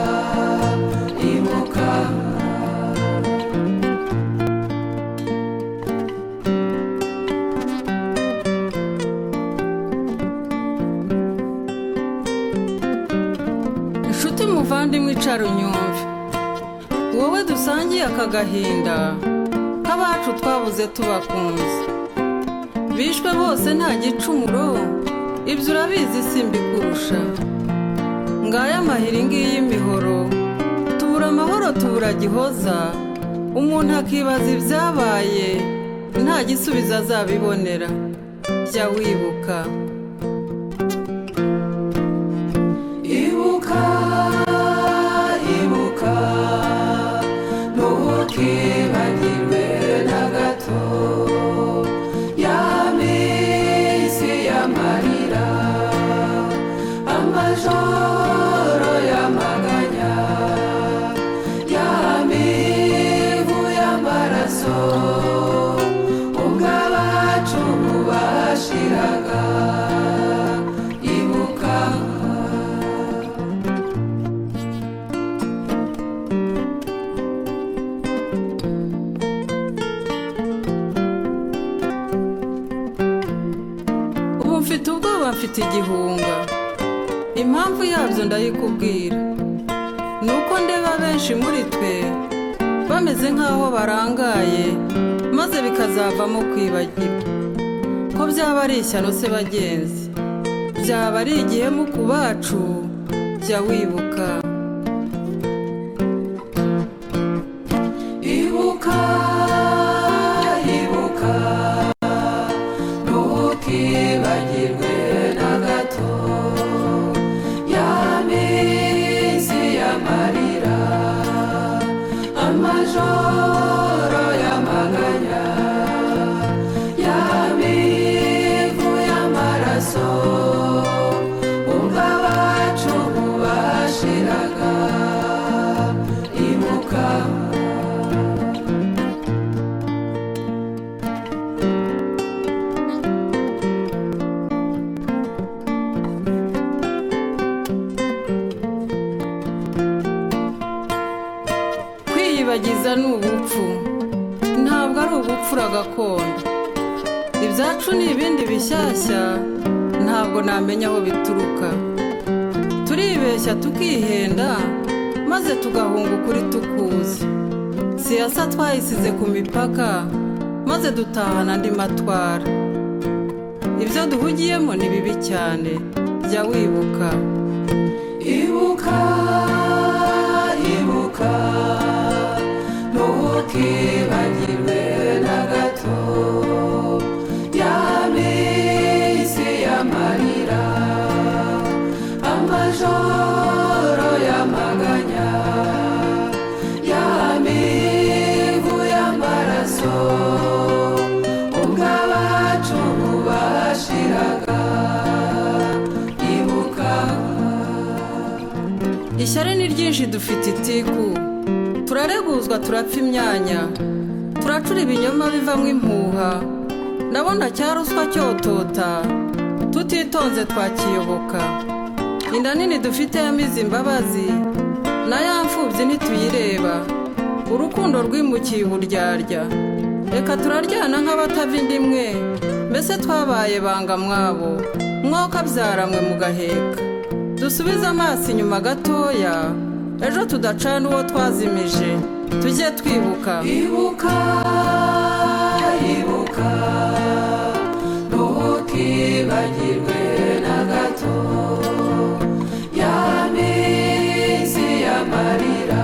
ibuka inshuti muvandimwe icara unyumve wowe dusangiye aka gahinda k'abacu twabuze tubakunze bishwe bose nta gicumuro ibyo urabizi simbikurusha ngaya amahiri ngiyi y'imihoro tubura amahoro tubura gihoza umuntu akibaza ibyabaye nta gisubizo azabibonera jya wibuka ibuka ibuka ntukibagirwe na gato ya minsi y'amarira amajoro y'amaganya ya mivu y'amaraso ubwo abacu bashiraga ibuka ubu mfite ubwoba mfite igihunga impamvu yabyo ndayikubwira ni uko ndeba benshi muri twe bameze nk'aho barangaye maze bikazavamo kwibagirwa ko byaba ari ishyano se bagenzi byaba ari igihemu ku bacu jya wibuka ibuka ibuka ntukibagirwe na gato ya minsi y'amarira amajoro y'amaganya ya mivu y'amaraso ubwo abacu bashiraga ibuka kwiyibagiza ni ubupfu ntabwo ari ubupfura gakondo ibyacu ni ibindi bishyashya ntabwo namenya aho bituruka turibeshya tukihenda maze tugahunga ukuri tukuzi siyasa twayisize ku mipaka maze dutahana andi matwara ibyo duhugiyemo ni bibi cyane jya wibuka ibuka ibuka ntukibagirwe na gato ya minsi y'amarira amajoro y'amaganya ya mivu y'amaraso ubwo abacu bashiraga ibuka ishyari ni ryinshi dufite itiku turareguzwa turapfa imyanya turacura ibinyoma bivamo impuha ndabona cyaruswa cyotota tutitonze twakiyoboka inda nini dufite yamize imbabazi na ya mfubyi ntituyireba urukundo rwimukiye uburyarya reka turaryana nk'abatava inda imwe mbese twabaye banga mwabo mwoka byaramwe mu gaheka dusubize amaso inyuma gatoya ejo tudacana uwo twazimije tujye twibuka ibuka ibuka ntukibagirwe na gato ya minsi y'amarira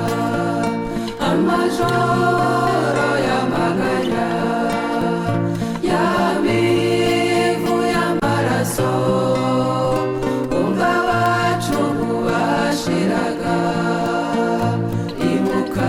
amajoro y'amaganya ya mivu y'amaraso ubwo abacu bashiraga ibuka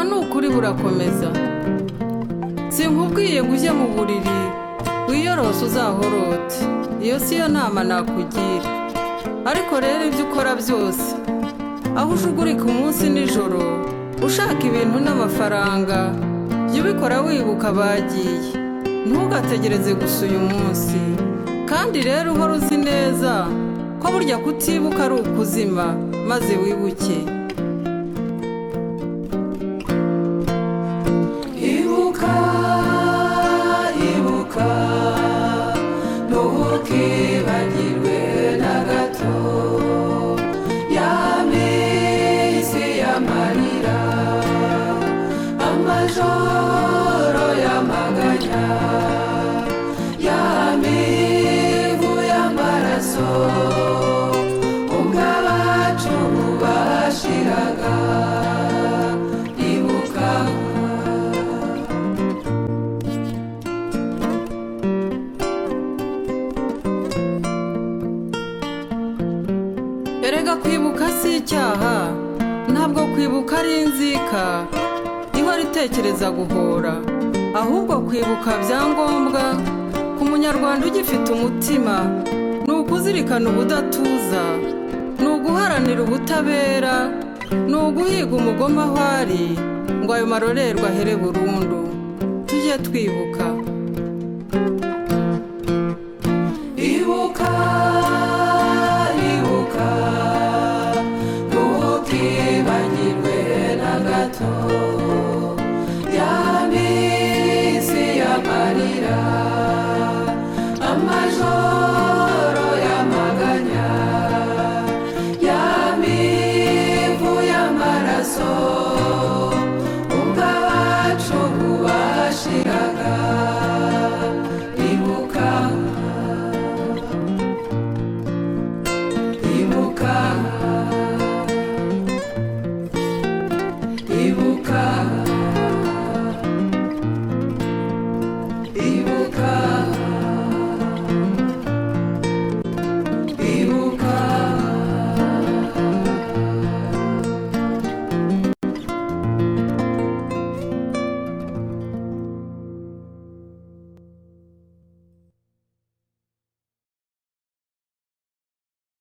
ni ukuri burakomeza. Sinkubwiye ngo ujye mu buriri wiyorose uzahorote, iyo si yo nama nakugira. Ariko rero ibyo ukora byose, aho ujugurika umunsi nijoro ushaka ibintu n'amafaranga, jya ubikora wibuka bagiye, ntugategereze gusa uyu munsi. Kandi rero uhora uzi neza ko burya kutibuka ari ukuzima, maze wibuke. Ibuka, ibuka, ntukibagirwe na gato ya minsi y'amarira, amajoro y'amaganya, ya mivu y'amaraso, ubwo abacu bashiraga. Ibuka, erega kwibuka si icyaha, ntabwo kwibuka ari inzika ihora itekereza guhora, ahubwo kwibuka byangombwa ku munyarwanda ugifite umutima, ni ukuzirikana ubudatuza, ni uguharanira ubutabera, ni uguhiga umugoma aho ari, ngo ayo marorerwa ahere burundu. Tujye twibuka. ibuka, ibuka, ntukibagirwe na gato